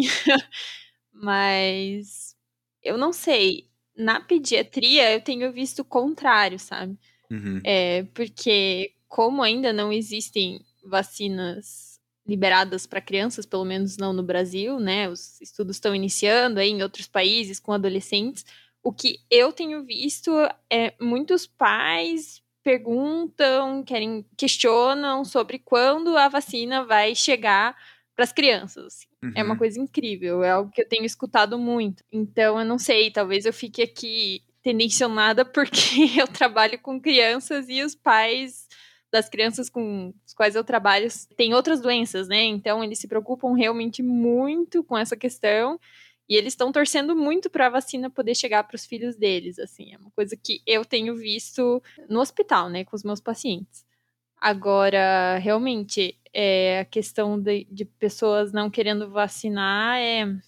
Mas eu não sei. Na pediatria, eu tenho visto o contrário, sabe? Uhum. Porque como ainda não existem vacinas liberadas para crianças, pelo menos não no Brasil, né? Os estudos estão iniciando aí em outros países com adolescentes. O que eu tenho visto é muitos pais perguntam, questionam sobre quando a vacina vai chegar para as crianças. Assim. É uma coisa incrível, é algo que eu tenho escutado muito. Então, eu não sei, talvez eu fique aqui tendencionada porque eu trabalho com crianças e os pais das crianças com as quais eu trabalho têm outras doenças, né? Então, eles se preocupam realmente muito com essa questão. E eles estão torcendo muito para a vacina poder chegar para os filhos deles, assim. É uma coisa que eu tenho visto no hospital, né, com os meus pacientes. Agora, realmente, a questão de pessoas não querendo vacinar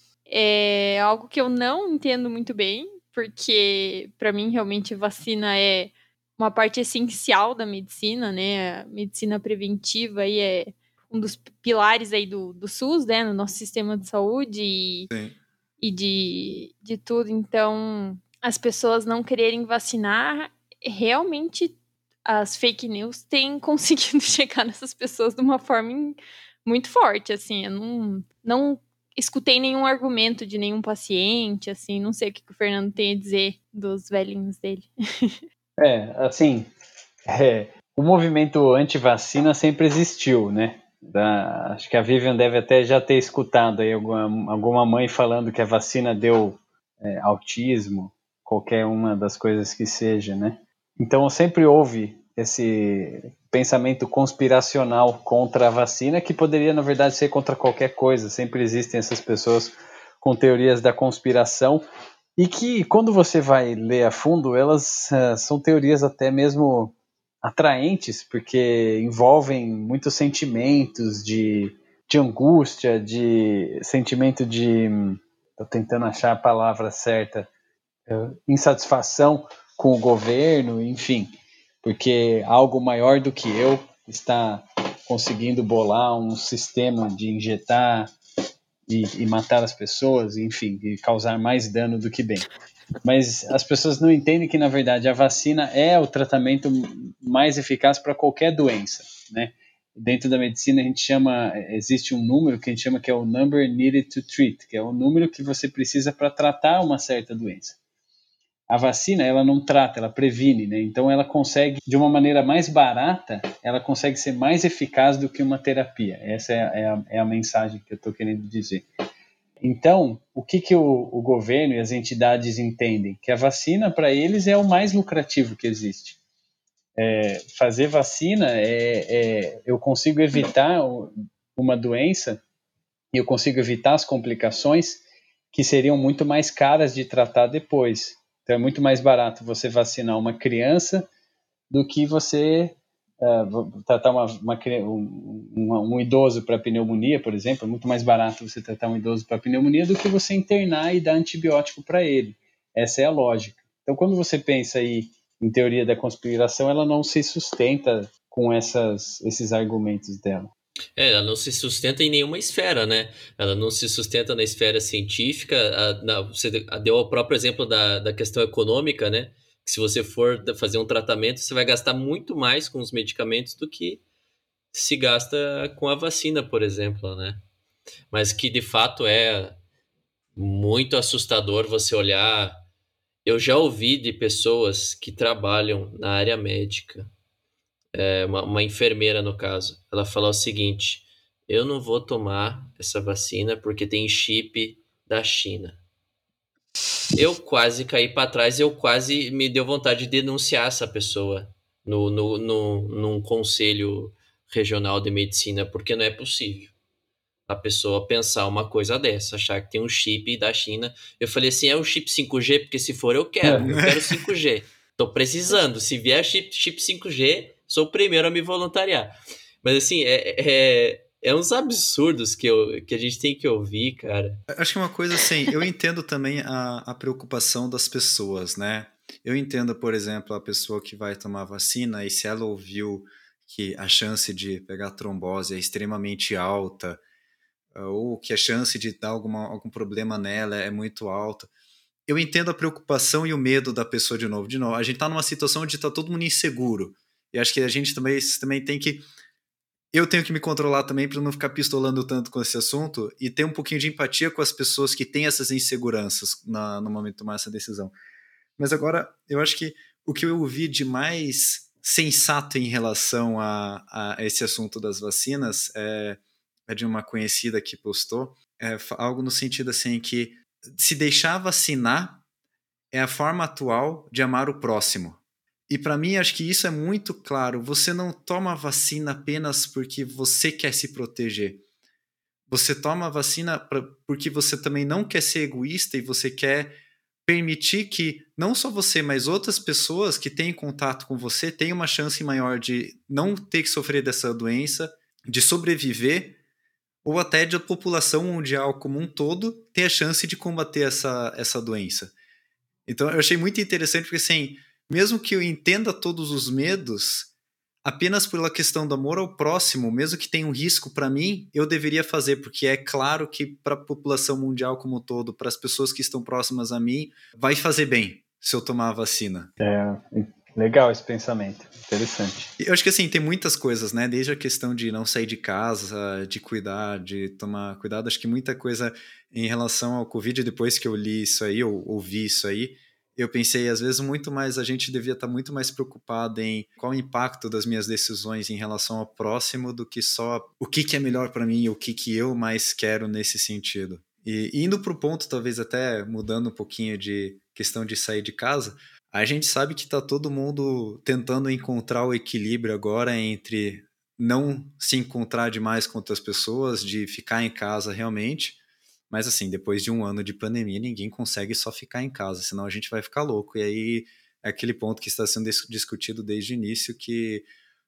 é algo que eu não entendo muito bem, porque, para mim, realmente, vacina é uma parte essencial da medicina, né? A medicina preventiva aí é um dos pilares aí do SUS, né, no nosso sistema de saúde. Sim. E de tudo. Então, as pessoas não quererem vacinar, realmente as fake news têm conseguido chegar nessas pessoas de uma forma muito forte, assim. Eu não escutei nenhum argumento de nenhum paciente, assim. Não sei o que o Fernando tem a dizer dos velhinhos dele. Assim, o movimento anti-vacina sempre existiu, né? Acho que a Vivian deve até já ter escutado aí alguma mãe falando que a vacina deu autismo, qualquer uma das coisas que seja, né? Então sempre houve esse pensamento conspiracional contra a vacina, que poderia, na verdade, ser contra qualquer coisa. Sempre existem essas pessoas com teorias da conspiração, e que, quando você vai ler a fundo, elas são teorias até mesmo atraentes, porque envolvem muitos sentimentos de angústia, de sentimento de... Estou tentando achar a palavra certa, insatisfação com o governo, enfim, porque algo maior do que eu está conseguindo bolar um sistema de injetar e matar as pessoas, enfim, e causar mais dano do que bem. Mas as pessoas não entendem que, na verdade, a vacina é o tratamento mais eficaz para qualquer doença, né? Dentro da medicina, existe um número que a gente chama que é o number needed to treat, que é o número que você precisa para tratar uma certa doença. A vacina, ela não trata, ela previne, né? Então ela consegue, de uma maneira mais barata, ela consegue ser mais eficaz do que uma terapia. Essa é a mensagem que eu estou querendo dizer. Então, o que o governo e as entidades entendem? Que a vacina, para eles, é o mais lucrativo que existe. Fazer vacina, eu consigo evitar uma doença e eu consigo evitar as complicações que seriam muito mais caras de tratar depois. Então, é muito mais barato você vacinar uma criança do que você tratar um idoso para pneumonia, por exemplo. É muito mais barato você tratar um idoso para pneumonia do que você internar e dar antibiótico para ele. Essa é a lógica. Então, quando você pensa aí em teoria da conspiração, ela não se sustenta com esses argumentos dela. Ela não se sustenta em nenhuma esfera, né? Ela não se sustenta na esfera científica. Você deu o próprio exemplo da questão econômica, né? Que se você for fazer um tratamento, você vai gastar muito mais com os medicamentos do que se gasta com a vacina, por exemplo, né? Mas que de fato é muito assustador você olhar. Eu já ouvi de pessoas que trabalham na área médica, uma enfermeira no caso, ela fala o seguinte: eu não vou tomar essa vacina porque tem chip da China. Eu quase caí para trás, eu quase me deu vontade de denunciar essa pessoa num conselho regional de medicina, porque não é possível a pessoa pensar uma coisa dessa, achar que tem um chip da China. Eu falei assim, é um chip 5G? Porque se for, eu quero 5G. Tô precisando. Se vier chip 5G, sou o primeiro a me voluntariar. Mas assim, É uns absurdos que a gente tem que ouvir, cara. Acho que uma coisa assim, eu entendo também a preocupação das pessoas, né? Eu entendo, por exemplo, a pessoa que vai tomar vacina e se ela ouviu que a chance de pegar trombose é extremamente alta, ou que a chance de dar algum problema nela é muito alta. Eu entendo a preocupação e o medo da pessoa de novo. De novo, a gente está numa situação onde está todo mundo inseguro. E acho que a gente também tem que. Eu tenho que me controlar também para não ficar pistolando tanto com esse assunto e ter um pouquinho de empatia com as pessoas que têm essas inseguranças no momento de tomar essa decisão. Mas agora, eu acho que o que eu ouvi de mais sensato em relação a esse assunto das vacinas é de uma conhecida que postou, algo no sentido assim que se deixar vacinar é a forma atual de amar o próximo. E para mim, acho que isso é muito claro. Você não toma vacina apenas porque você quer se proteger. Você toma a vacina porque você também não quer ser egoísta e você quer permitir que não só você, mas outras pessoas que têm contato com você tenham uma chance maior de não ter que sofrer dessa doença, de sobreviver, ou até de a população mundial como um todo ter a chance de combater essa doença. Então eu achei muito interessante porque, assim, mesmo que eu entenda todos os medos, apenas pela questão do amor ao próximo, mesmo que tenha um risco para mim, eu deveria fazer, porque é claro que para a população mundial como um todo, para as pessoas que estão próximas a mim, vai fazer bem se eu tomar a vacina. Legal esse pensamento, interessante. Eu acho que assim, tem muitas coisas, né? Desde a questão de não sair de casa, de cuidar, de tomar cuidado. Acho que muita coisa em relação ao Covid, depois que eu li isso aí, ou ouvi isso aí, eu pensei, às vezes, muito mais, a gente devia estar muito mais preocupado em qual o impacto das minhas decisões em relação ao próximo do que só o que é melhor para mim, o que eu mais quero nesse sentido. E indo para o ponto, talvez até mudando um pouquinho de questão de sair de casa, a gente sabe que está todo mundo tentando encontrar o equilíbrio agora entre não se encontrar demais com outras pessoas, de ficar em casa realmente, mas assim, depois de um ano de pandemia, ninguém consegue só ficar em casa, senão a gente vai ficar louco. E aí é aquele ponto que está sendo discutido desde o início, que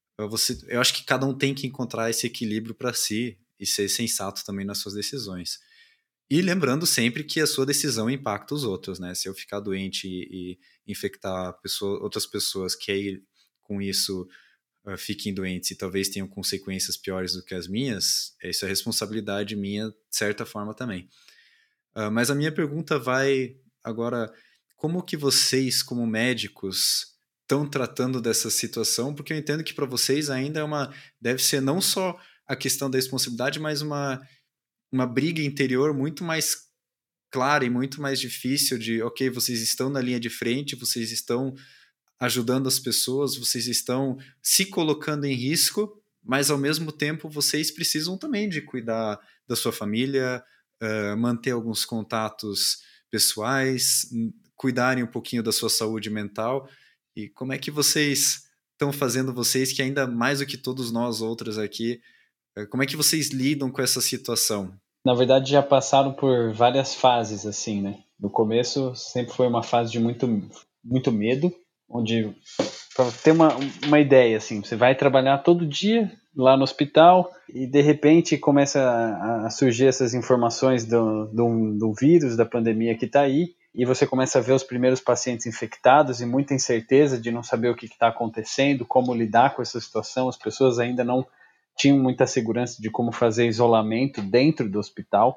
eu acho que cada um tem que encontrar esse equilíbrio para si e ser sensato também nas suas decisões. E lembrando sempre que a sua decisão impacta os outros, né? Se eu ficar doente e infectar outras pessoas que aí, com isso fiquem doentes e talvez tenham consequências piores do que as minhas, isso é responsabilidade minha, de certa forma também. Mas a minha pergunta vai agora, como que vocês, como médicos, estão tratando dessa situação? Porque eu entendo que para vocês ainda deve ser não só a questão da responsabilidade, mas uma briga interior muito mais clara e muito mais difícil de, ok, vocês estão na linha de frente, vocês estão ajudando as pessoas, vocês estão se colocando em risco, mas ao mesmo tempo vocês precisam também de cuidar da sua família, manter alguns contatos pessoais, cuidarem um pouquinho da sua saúde mental. E como é que vocês estão fazendo, vocês que ainda mais do que todos nós outros aqui, como é que vocês lidam com essa situação? Na verdade, já passaram por várias fases, assim, né? No começo, sempre foi uma fase de muito medo, onde, para ter uma ideia, assim, você vai trabalhar todo dia lá no hospital e, de repente, começa a surgir essas informações do vírus, da pandemia que está aí, e você começa a ver os primeiros pacientes infectados e muita incerteza de não saber o que está acontecendo, como lidar com essa situação. As pessoas ainda não tinham muita segurança de como fazer isolamento dentro do hospital,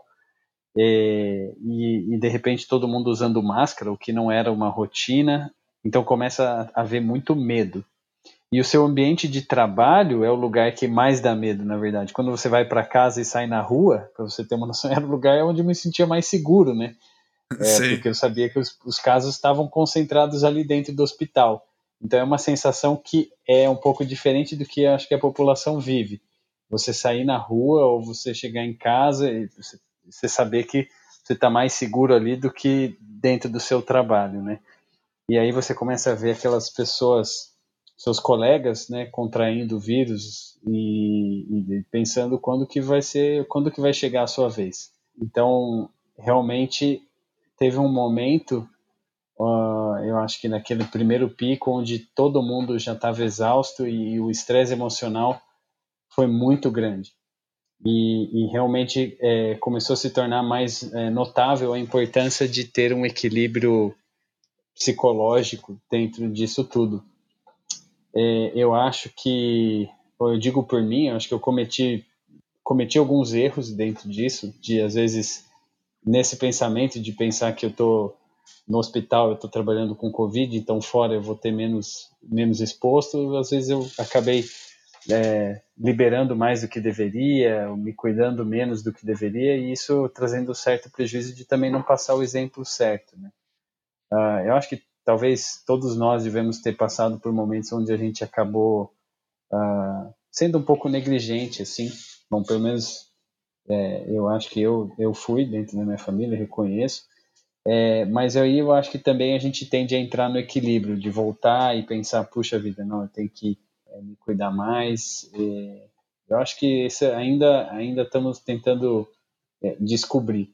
e de repente todo mundo usando máscara, o que não era uma rotina, então começa a haver muito medo. E o seu ambiente de trabalho é o lugar que mais dá medo, na verdade. Quando você vai para casa e sai na rua, para você ter uma noção, era o lugar onde eu me sentia mais seguro, né? Sim. Porque eu sabia que os casos estavam concentrados ali dentro do hospital. Então é uma sensação que é um pouco diferente do que acho que a população vive. Você sair na rua ou você chegar em casa e você saber que você está mais seguro ali do que dentro do seu trabalho, né? E aí você começa a ver aquelas pessoas, seus colegas, né, contraindo o vírus e pensando quando que vai chegar a sua vez. Então, realmente teve um momento, eu acho que naquele primeiro pico, onde todo mundo já estava exausto e o estresse emocional foi muito grande. e realmente começou a se tornar mais notável a importância de ter um equilíbrio psicológico dentro disso tudo. Eu acho que, eu digo por mim, eu acho que eu cometi alguns erros dentro disso, de às vezes nesse pensamento de pensar que eu estou no hospital, eu estou trabalhando com Covid, então fora eu vou ter menos exposto, às vezes eu acabei liberando mais do que deveria, me cuidando menos do que deveria, e isso trazendo certo prejuízo de também não passar o exemplo certo, né? Eu acho que talvez todos nós devemos ter passado por momentos onde a gente acabou sendo um pouco negligente, assim. Bom, pelo menos eu acho que eu fui dentro da minha família, reconheço. Mas aí eu acho que também a gente tende a entrar no equilíbrio, de voltar e pensar, puxa vida, não, eu tenho que me cuidar mais. Eu acho que isso ainda estamos tentando descobrir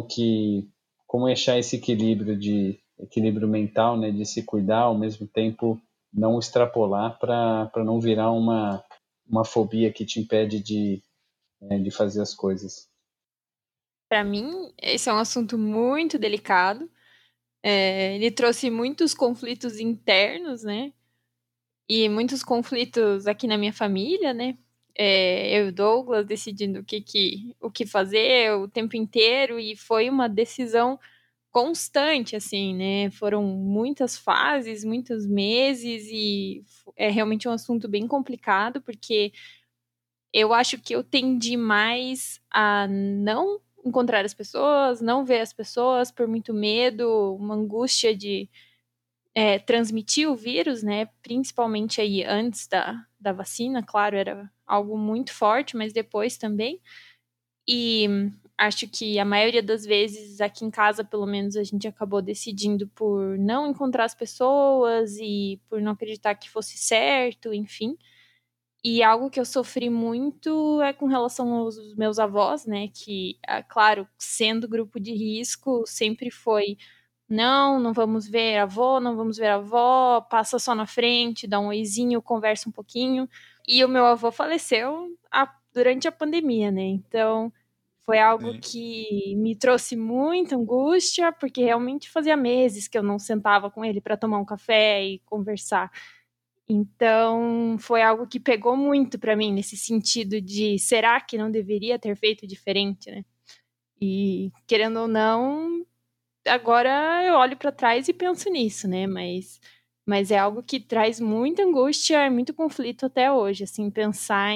como achar esse equilíbrio mental, né, de se cuidar ao mesmo tempo não extrapolar para não virar uma fobia que te impede de fazer as coisas. Para mim, esse é um assunto muito delicado. Ele trouxe muitos conflitos internos, né? E muitos conflitos aqui na minha família, né? Eu e o Douglas decidindo o que fazer o tempo inteiro, e foi uma decisão constante, assim, né? Foram muitas fases, muitos meses, e é realmente um assunto bem complicado, porque eu acho que eu tendi mais a não encontrar as pessoas, não ver as pessoas por muito medo, uma angústia de transmitir o vírus, né? Principalmente aí antes da vacina, claro, era algo muito forte, mas depois também. E acho que a maioria das vezes aqui em casa, pelo menos, a gente acabou decidindo por não encontrar as pessoas e por não acreditar que fosse certo, enfim. E algo que eu sofri muito é com relação aos meus avós, né? Que, claro, sendo grupo de risco, sempre foi: não vamos ver avô, não vamos ver avó, passa só na frente, dá um oizinho, conversa um pouquinho. E o meu avô faleceu durante a pandemia, né? Então, foi algo Sim. que me trouxe muita angústia, porque realmente fazia meses que eu não sentava com ele para tomar um café e conversar. Então, foi algo que pegou muito para mim, nesse sentido de, será que não deveria ter feito diferente, né? E, querendo ou não, agora eu olho para trás e penso nisso, né? Mas é algo que traz muita angústia e muito conflito até hoje, assim, pensar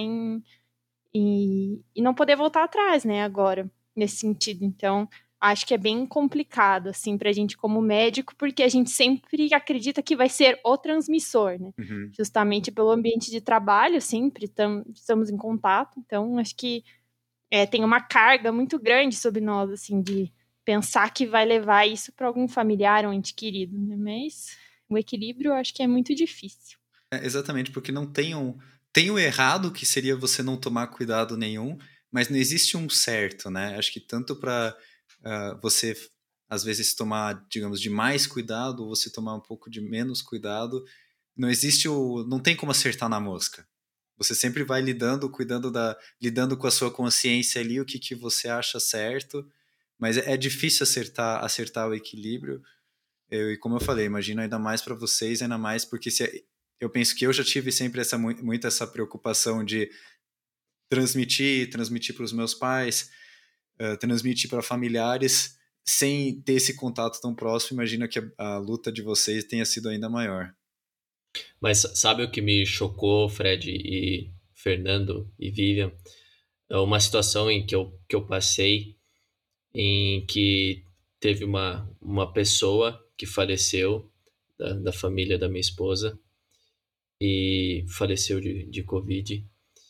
e não poder voltar atrás, né, agora, nesse sentido. Então, acho que é bem complicado, assim, pra gente como médico, porque a gente sempre acredita que vai ser o transmissor, né? Uhum. Justamente pelo ambiente de trabalho, sempre estamos em contato. Então, acho que tem uma carga muito grande sobre nós, assim, de pensar que vai levar isso para algum familiar ou ente querido, né? Mas o equilíbrio eu acho que é muito difícil. Exatamente, porque não tem o errado, que seria você não tomar cuidado nenhum, mas não existe um certo, né? Acho que tanto para você, às vezes, tomar, digamos, de mais cuidado, ou você tomar um pouco de menos cuidado, não tem como acertar na mosca. Você sempre vai lidando com a sua consciência ali, o que você acha certo, mas é difícil acertar o equilíbrio. E como eu falei, imagino ainda mais para vocês, ainda mais porque eu penso que eu já tive sempre muito essa preocupação de transmitir para os meus pais, transmitir para familiares, sem ter esse contato tão próximo. Imagino que a luta de vocês tenha sido ainda maior. Mas sabe o que me chocou, Fred e Fernando e Vivian? É uma situação em que eu passei, em que teve uma pessoa que faleceu, da família da minha esposa, e faleceu de Covid.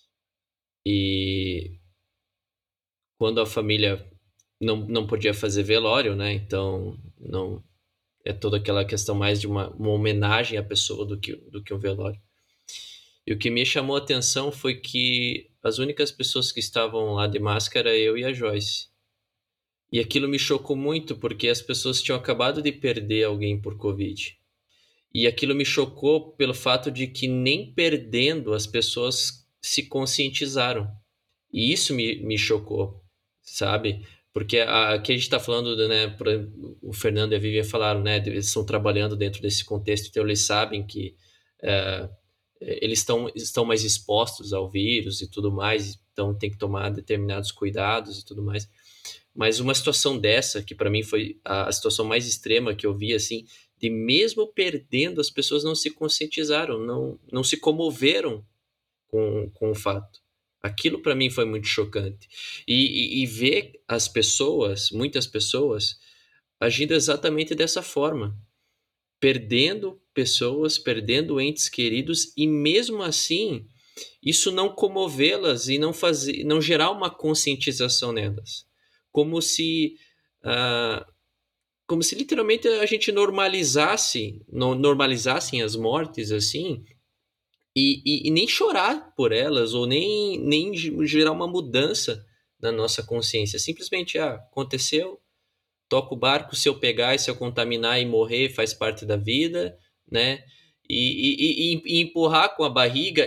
E quando a família não podia fazer velório, né? Então, não é toda aquela questão mais de uma homenagem à pessoa do que um velório. E o que me chamou a atenção foi que as únicas pessoas que estavam lá de máscara, eu e a Joyce. E aquilo me chocou muito, porque as pessoas tinham acabado de perder alguém por Covid. E aquilo me chocou pelo fato de que nem perdendo as pessoas se conscientizaram. E isso me chocou, sabe? Porque aqui a gente está falando, né? O Fernando e a Vivian falaram, né? Eles estão trabalhando dentro desse contexto, então eles sabem que é, eles estão mais expostos ao vírus e tudo mais, então tem que tomar determinados cuidados e tudo mais. Mas uma situação dessa, que para mim foi a situação mais extrema que eu vi, assim, de mesmo perdendo, as pessoas não se conscientizaram, não se comoveram com o fato. Aquilo para mim foi muito chocante. E ver as pessoas, muitas pessoas, agindo exatamente dessa forma, perdendo pessoas, perdendo entes queridos, e mesmo assim, isso não comovê-las e não gerar uma conscientização nelas. Como se, ah, como se literalmente a gente normalizassem as mortes assim, e nem chorar por elas, ou nem gerar uma mudança na nossa consciência. Simplesmente, aconteceu, toca o barco, se eu pegar e se eu contaminar e morrer, faz parte da vida, né? E empurrar com a barriga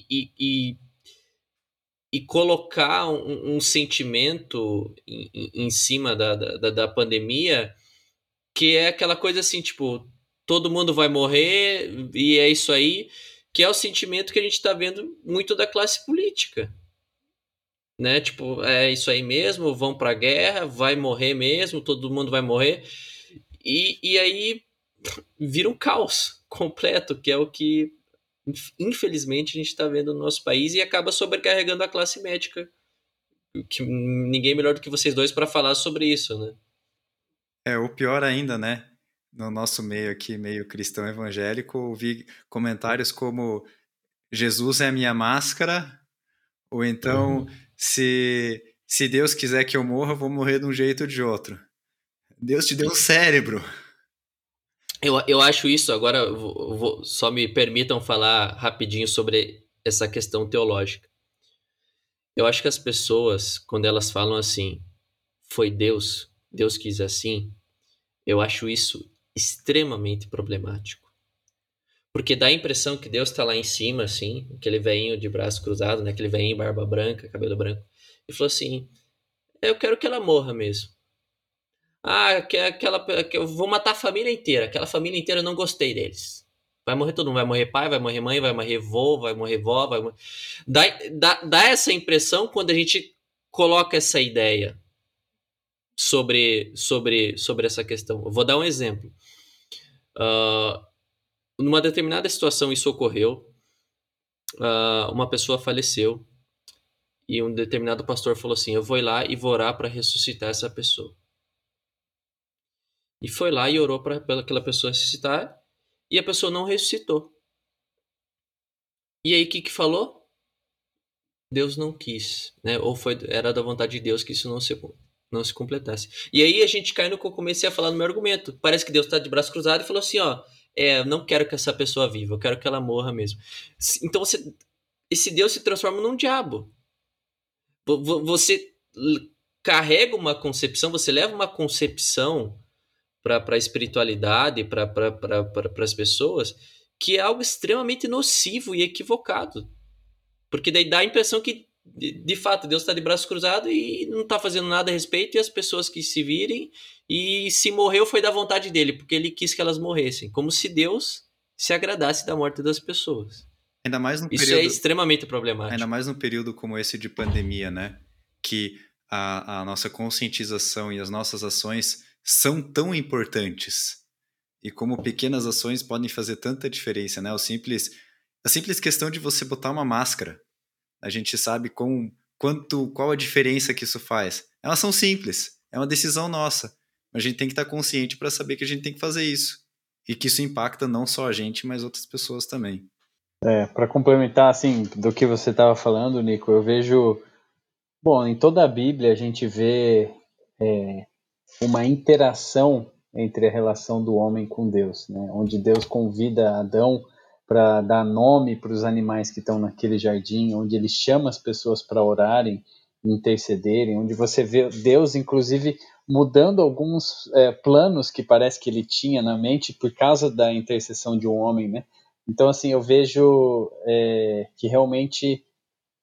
e colocar um sentimento em cima da pandemia, que é aquela coisa assim, tipo, todo mundo vai morrer e é isso aí, que é o sentimento que a gente está vendo muito da classe política, né? Tipo, é isso aí mesmo, vão para a guerra, vai morrer mesmo, todo mundo vai morrer, e aí vira um caos completo, que é o que infelizmente a gente está vendo no nosso país e acaba sobrecarregando a classe médica, que ninguém melhor do que vocês dois para falar sobre isso, né? O pior ainda, né? No nosso meio aqui, meio cristão evangélico, ouvi comentários como Jesus é a minha máscara, ou então, se Deus quiser que eu morra, eu vou morrer de um jeito ou de outro. Deus te deu um cérebro. Eu acho isso, agora só me permitam falar rapidinho sobre essa questão teológica. Eu acho que as pessoas, quando elas falam assim, foi Deus, Deus quis assim, eu acho isso extremamente problemático. Porque dá a impressão que Deus está lá em cima, assim, aquele velhinho de braço cruzado, né? Aquele velhinho barba branca, cabelo branco, e falou assim: eu quero que ela morra mesmo. Que eu vou matar a família inteira. Aquela família inteira eu não gostei deles. Vai morrer todo mundo. Vai morrer pai, vai morrer mãe, vai morrer vô, vai morrer vó. Dá essa impressão quando a gente coloca essa ideia sobre essa questão. Eu vou dar um exemplo. Numa determinada situação isso ocorreu. Uma pessoa faleceu. E um determinado pastor falou assim: eu vou ir lá e vou orar para ressuscitar essa pessoa. E foi lá e orou para aquela pessoa ressuscitar. E a pessoa não ressuscitou. E aí o que falou? Deus não quis, né? Ou era da vontade de Deus que isso não se completasse. E aí a gente cai no que eu comecei a falar no meu argumento. Parece que Deus está de braço cruzado e falou assim, ó, não quero que essa pessoa viva, eu quero que ela morra mesmo. Então esse Deus se transforma num diabo. Você carrega uma concepção, você leva uma concepção para a espiritualidade, para as pessoas, que é algo extremamente nocivo e equivocado. Porque daí dá a impressão que, de fato, Deus está de braço cruzado e não está fazendo nada a respeito, e as pessoas que se virem, e se morreu foi da vontade dele, porque ele quis que elas morressem. Como se Deus se agradasse da morte das pessoas. Ainda mais Isso é extremamente problemático. Ainda mais num período como esse de pandemia, né? Que a nossa conscientização e as nossas ações são tão importantes. E como pequenas ações podem fazer tanta diferença, né? A simples questão de você botar uma máscara. A gente sabe qual a diferença que isso faz. É uma ação simples, é uma decisão nossa. Mas a gente tem que estar consciente para saber que a gente tem que fazer isso. E que isso impacta não só a gente, mas outras pessoas também. Para complementar, assim, do que você estava falando, Nico, eu vejo... Bom, em toda a Bíblia a gente vê uma interação entre a relação do homem com Deus, né? Onde Deus convida Adão para dar nome para os animais que estão naquele jardim, onde ele chama as pessoas para orarem, intercederem, onde você vê Deus, inclusive, mudando alguns planos que parece que ele tinha na mente por causa da intercessão de um homem, né? Então, assim, eu vejo que realmente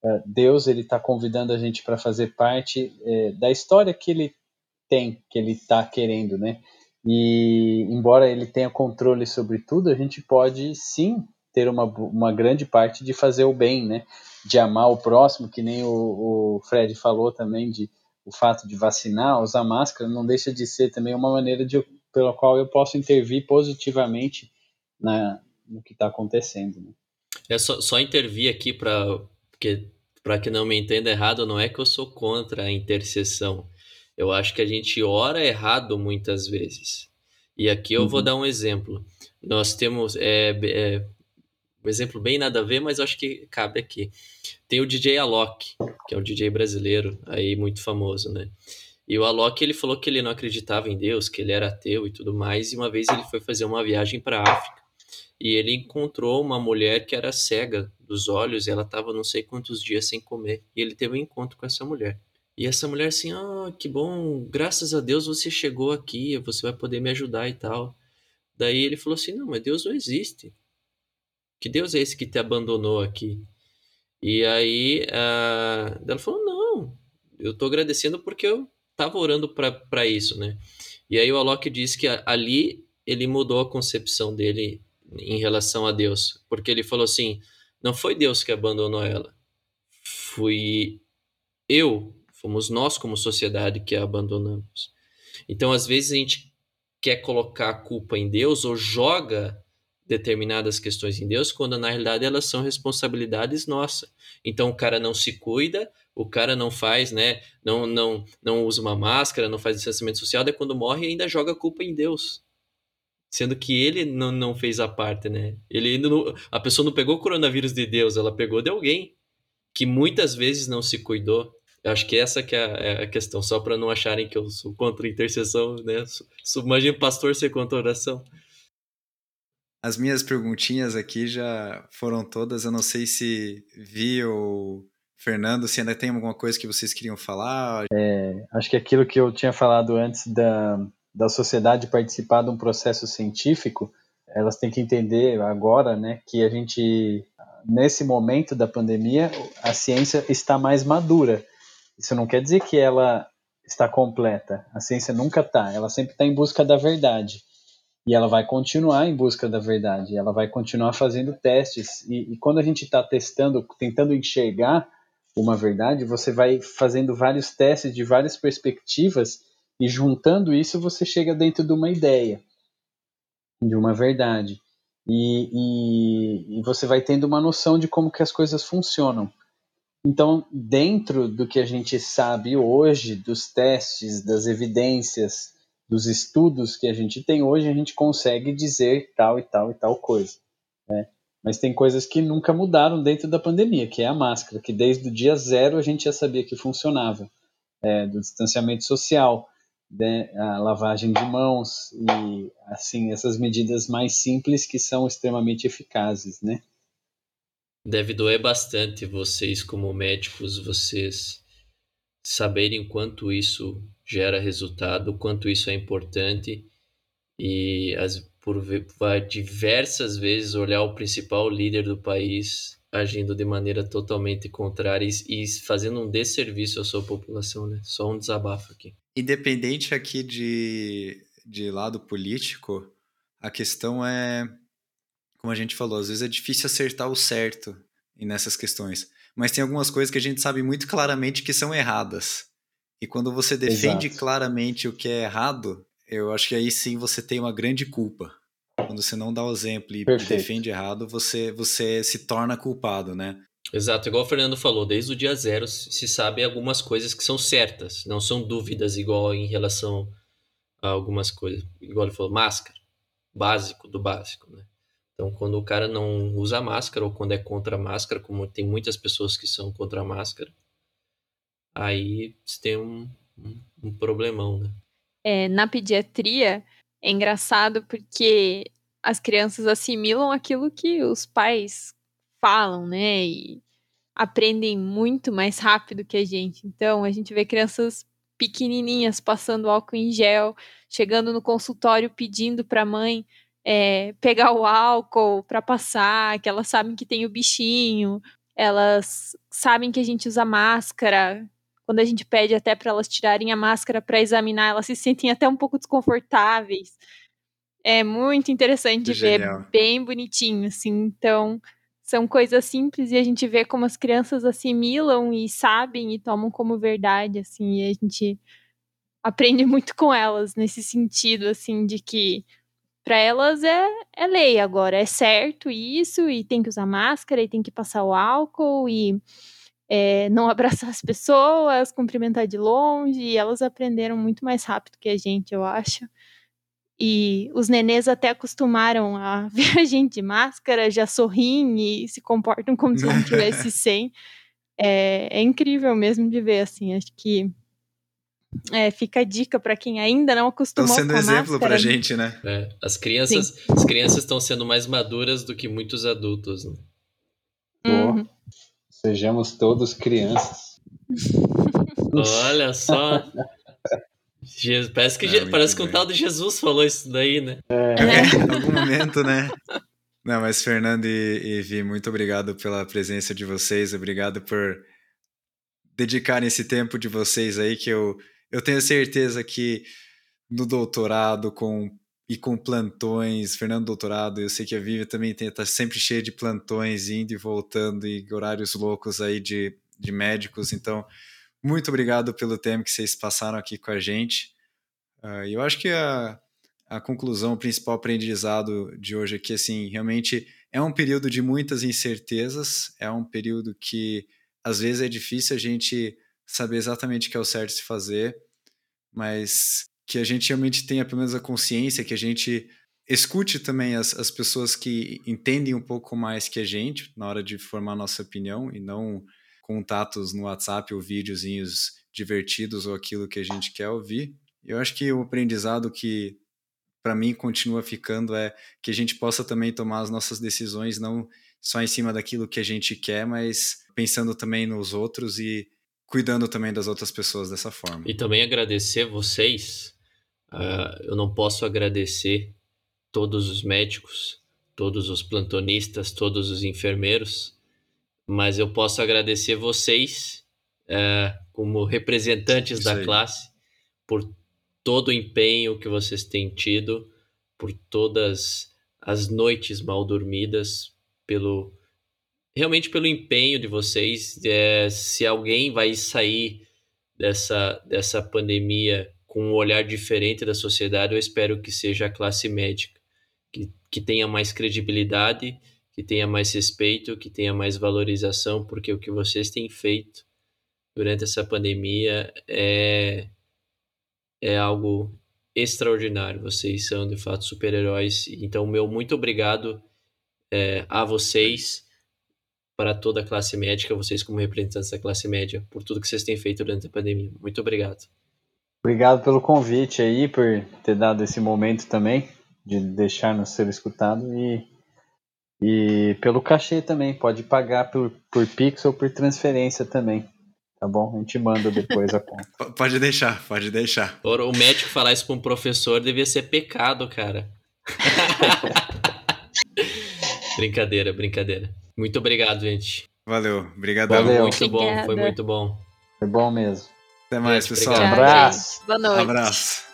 Deus ele está convidando a gente para fazer parte da história que ele tem, que ele está querendo, né? E embora ele tenha controle sobre tudo, a gente pode sim ter uma grande parte de fazer o bem, né? De amar o próximo, que nem o Fred falou também, de o fato de vacinar, usar máscara, não deixa de ser também uma maneira pela qual eu posso intervir positivamente no que está acontecendo, né? É só intervir aqui para que não me entenda errado, não é que eu sou contra a intercessão. Eu acho que a gente ora errado muitas vezes. E aqui eu vou Uhum. dar um exemplo. Nós temos um exemplo bem nada a ver, mas eu acho que cabe aqui. Tem o DJ Alok, que é um DJ brasileiro aí muito famoso, né? E o Alok, ele falou que ele não acreditava em Deus, que ele era ateu e tudo mais, e uma vez ele foi fazer uma viagem para a África e ele encontrou uma mulher que era cega dos olhos e ela estava não sei quantos dias sem comer. E ele teve um encontro com essa mulher. E essa mulher assim, que bom, graças a Deus você chegou aqui, você vai poder me ajudar e tal. Daí ele falou assim, não, mas Deus não existe. Que Deus é esse que te abandonou aqui? E aí ela falou, não, eu tô agradecendo porque eu tava orando para isso, né? E aí o Alok disse que ali ele mudou a concepção dele em relação a Deus, porque ele falou assim, não foi Deus que abandonou ela, fui fomos nós como sociedade que a abandonamos. Então, às vezes a gente quer colocar a culpa em Deus ou joga determinadas questões em Deus, quando na realidade elas são responsabilidades nossas. Então o cara não se cuida, o cara não faz, né? Não usa uma máscara, não faz distanciamento social, daí quando morre ainda joga a culpa em Deus. Sendo que ele não fez a parte, né? A pessoa não pegou o coronavírus de Deus, ela pegou de alguém que muitas vezes não se cuidou. Eu acho que essa que é a questão, só para não acharem que eu sou contra a intercessão, né? Imagina o pastor ser contra a oração. As minhas perguntinhas aqui já foram todas. Eu não sei se Vi ou Fernando, se ainda tem alguma coisa que vocês queriam falar. Acho que aquilo que eu tinha falado antes da sociedade participar de um processo científico, elas têm que entender agora, né, que a gente, nesse momento da pandemia, a ciência está mais madura. Isso não quer dizer que ela está completa. A ciência nunca está, ela sempre está em busca da verdade. E ela vai continuar em busca da verdade, ela vai continuar fazendo testes. E quando a gente está testando, tentando enxergar uma verdade, você vai fazendo vários testes de várias perspectivas e juntando isso você chega dentro de uma ideia, de uma verdade. E você vai tendo uma noção de como que as coisas funcionam. Então, dentro do que a gente sabe hoje, dos testes, das evidências, dos estudos que a gente tem hoje, a gente consegue dizer tal e tal e tal coisa, né? Mas tem coisas que nunca mudaram dentro da pandemia, que é a máscara, que desde o dia zero a gente já sabia que funcionava, do distanciamento social, né, a lavagem de mãos e assim essas medidas mais simples que são extremamente eficazes, né? Deve doer bastante vocês, como médicos, vocês saberem o quanto isso gera resultado, o quanto isso é importante e vai diversas vezes olhar o principal líder do país agindo de maneira totalmente contrária e fazendo um desserviço à sua população, né? Só um desabafo aqui. Independente aqui de lado político, a questão é, como a gente falou, às vezes é difícil acertar o certo nessas questões. Mas tem algumas coisas que a gente sabe muito claramente que são erradas. E quando você defende Exato. claramente o que é errado, eu acho que aí sim você tem uma grande culpa. Quando você não dá o exemplo e Perfeito. defende errado, você se torna culpado, né? Exato, igual o Fernando falou, desde o dia zero se sabe algumas coisas que são certas, não são dúvidas igual em relação a algumas coisas. Igual ele falou, máscara, básico do básico, né? Então, quando o cara não usa máscara ou quando é contra a máscara, como tem muitas pessoas que são contra a máscara, aí você tem um problemão, né? Na pediatria, é engraçado porque as crianças assimilam aquilo que os pais falam, né? E aprendem muito mais rápido que a gente. Então, a gente vê crianças pequenininhas passando álcool em gel, chegando no consultório pedindo para a mãe pegar o álcool para passar, que elas sabem que tem o bichinho. elas sabem que a gente usa máscara. Quando a gente pede até para elas tirarem a máscara para examinar, elas se sentem até um pouco desconfortáveis. É muito interessante de ver, Genial. bem bonitinho, assim. Então, são coisas simples e a gente vê como as crianças assimilam e sabem e tomam como verdade, assim. E a gente aprende muito com elas nesse sentido, assim, de que para elas é lei agora, é certo isso, e tem que usar máscara, e tem que passar o álcool, e não abraçar as pessoas, cumprimentar de longe, e elas aprenderam muito mais rápido que a gente, eu acho. E os nenês até acostumaram a ver a gente de máscara, já sorriem e se comportam como se não tivesse sem. É incrível mesmo de ver, assim, acho que fica a dica para quem ainda não Estão acostumou sendo com a exemplo pra máscara. gente, né? As Sim. crianças estão sendo mais maduras do que muitos adultos, né? Uhum. Sejamos todos crianças. Olha só. Não, muito Parece que um bem. tal de Jesus falou isso daí, né? Em algum momento, né? Não, mas Fernando e Vi, muito obrigado pela presença de vocês, obrigado por dedicarem esse tempo de vocês aí, que eu tenho certeza que no doutorado e com plantões, Fernando doutorado, eu sei que a Vivi também tá sempre cheia de plantões, indo e voltando, e horários loucos aí de médicos, então muito obrigado pelo tempo que vocês passaram aqui com a gente. E eu acho que a conclusão, o principal aprendizado de hoje aqui, assim, realmente é um período de muitas incertezas, é um período que às vezes é difícil a gente saber exatamente o que é o certo se fazer, mas que a gente realmente tenha pelo menos a consciência, que a gente escute também as pessoas que entendem um pouco mais que a gente na hora de formar nossa opinião e não contatos no WhatsApp ou videozinhos divertidos ou aquilo que a gente quer ouvir. Eu acho que o aprendizado que para mim continua ficando é que a gente possa também tomar as nossas decisões não só em cima daquilo que a gente quer, mas pensando também nos outros e cuidando também das outras pessoas dessa forma. E também agradecer vocês. Eu não posso agradecer todos os médicos, todos os plantonistas, todos os enfermeiros, mas eu posso agradecer vocês, como representantes Isso da aí. classe, por todo o empenho que vocês têm tido, por todas as noites mal dormidas, realmente pelo empenho de vocês. Se alguém vai sair dessa pandemia com um olhar diferente da sociedade, eu espero que seja a classe médica, que tenha mais credibilidade, que tenha mais respeito, que tenha mais valorização, porque o que vocês têm feito durante essa pandemia é algo extraordinário. Vocês são, de fato, super-heróis. Então, meu muito obrigado a vocês, para toda a classe médica, vocês como representantes da classe média, por tudo que vocês têm feito durante a pandemia. Muito obrigado. Obrigado pelo convite aí, por ter dado esse momento também, de deixar-nos ser escutado e pelo cachê também. Pode pagar por Pix ou por transferência também. Tá bom? A gente manda depois a conta. Pode deixar, pode deixar. O médico falar isso para um professor devia ser pecado, cara. Brincadeira, brincadeira. Muito obrigado, gente. Valeu, obrigadão. Valeu. Muito bom, foi Obrigada. muito bom. Foi bom mesmo. Até mais, Gente, pessoal. obrigado. Tchau, Abraço. gente. Boa noite. Abraço.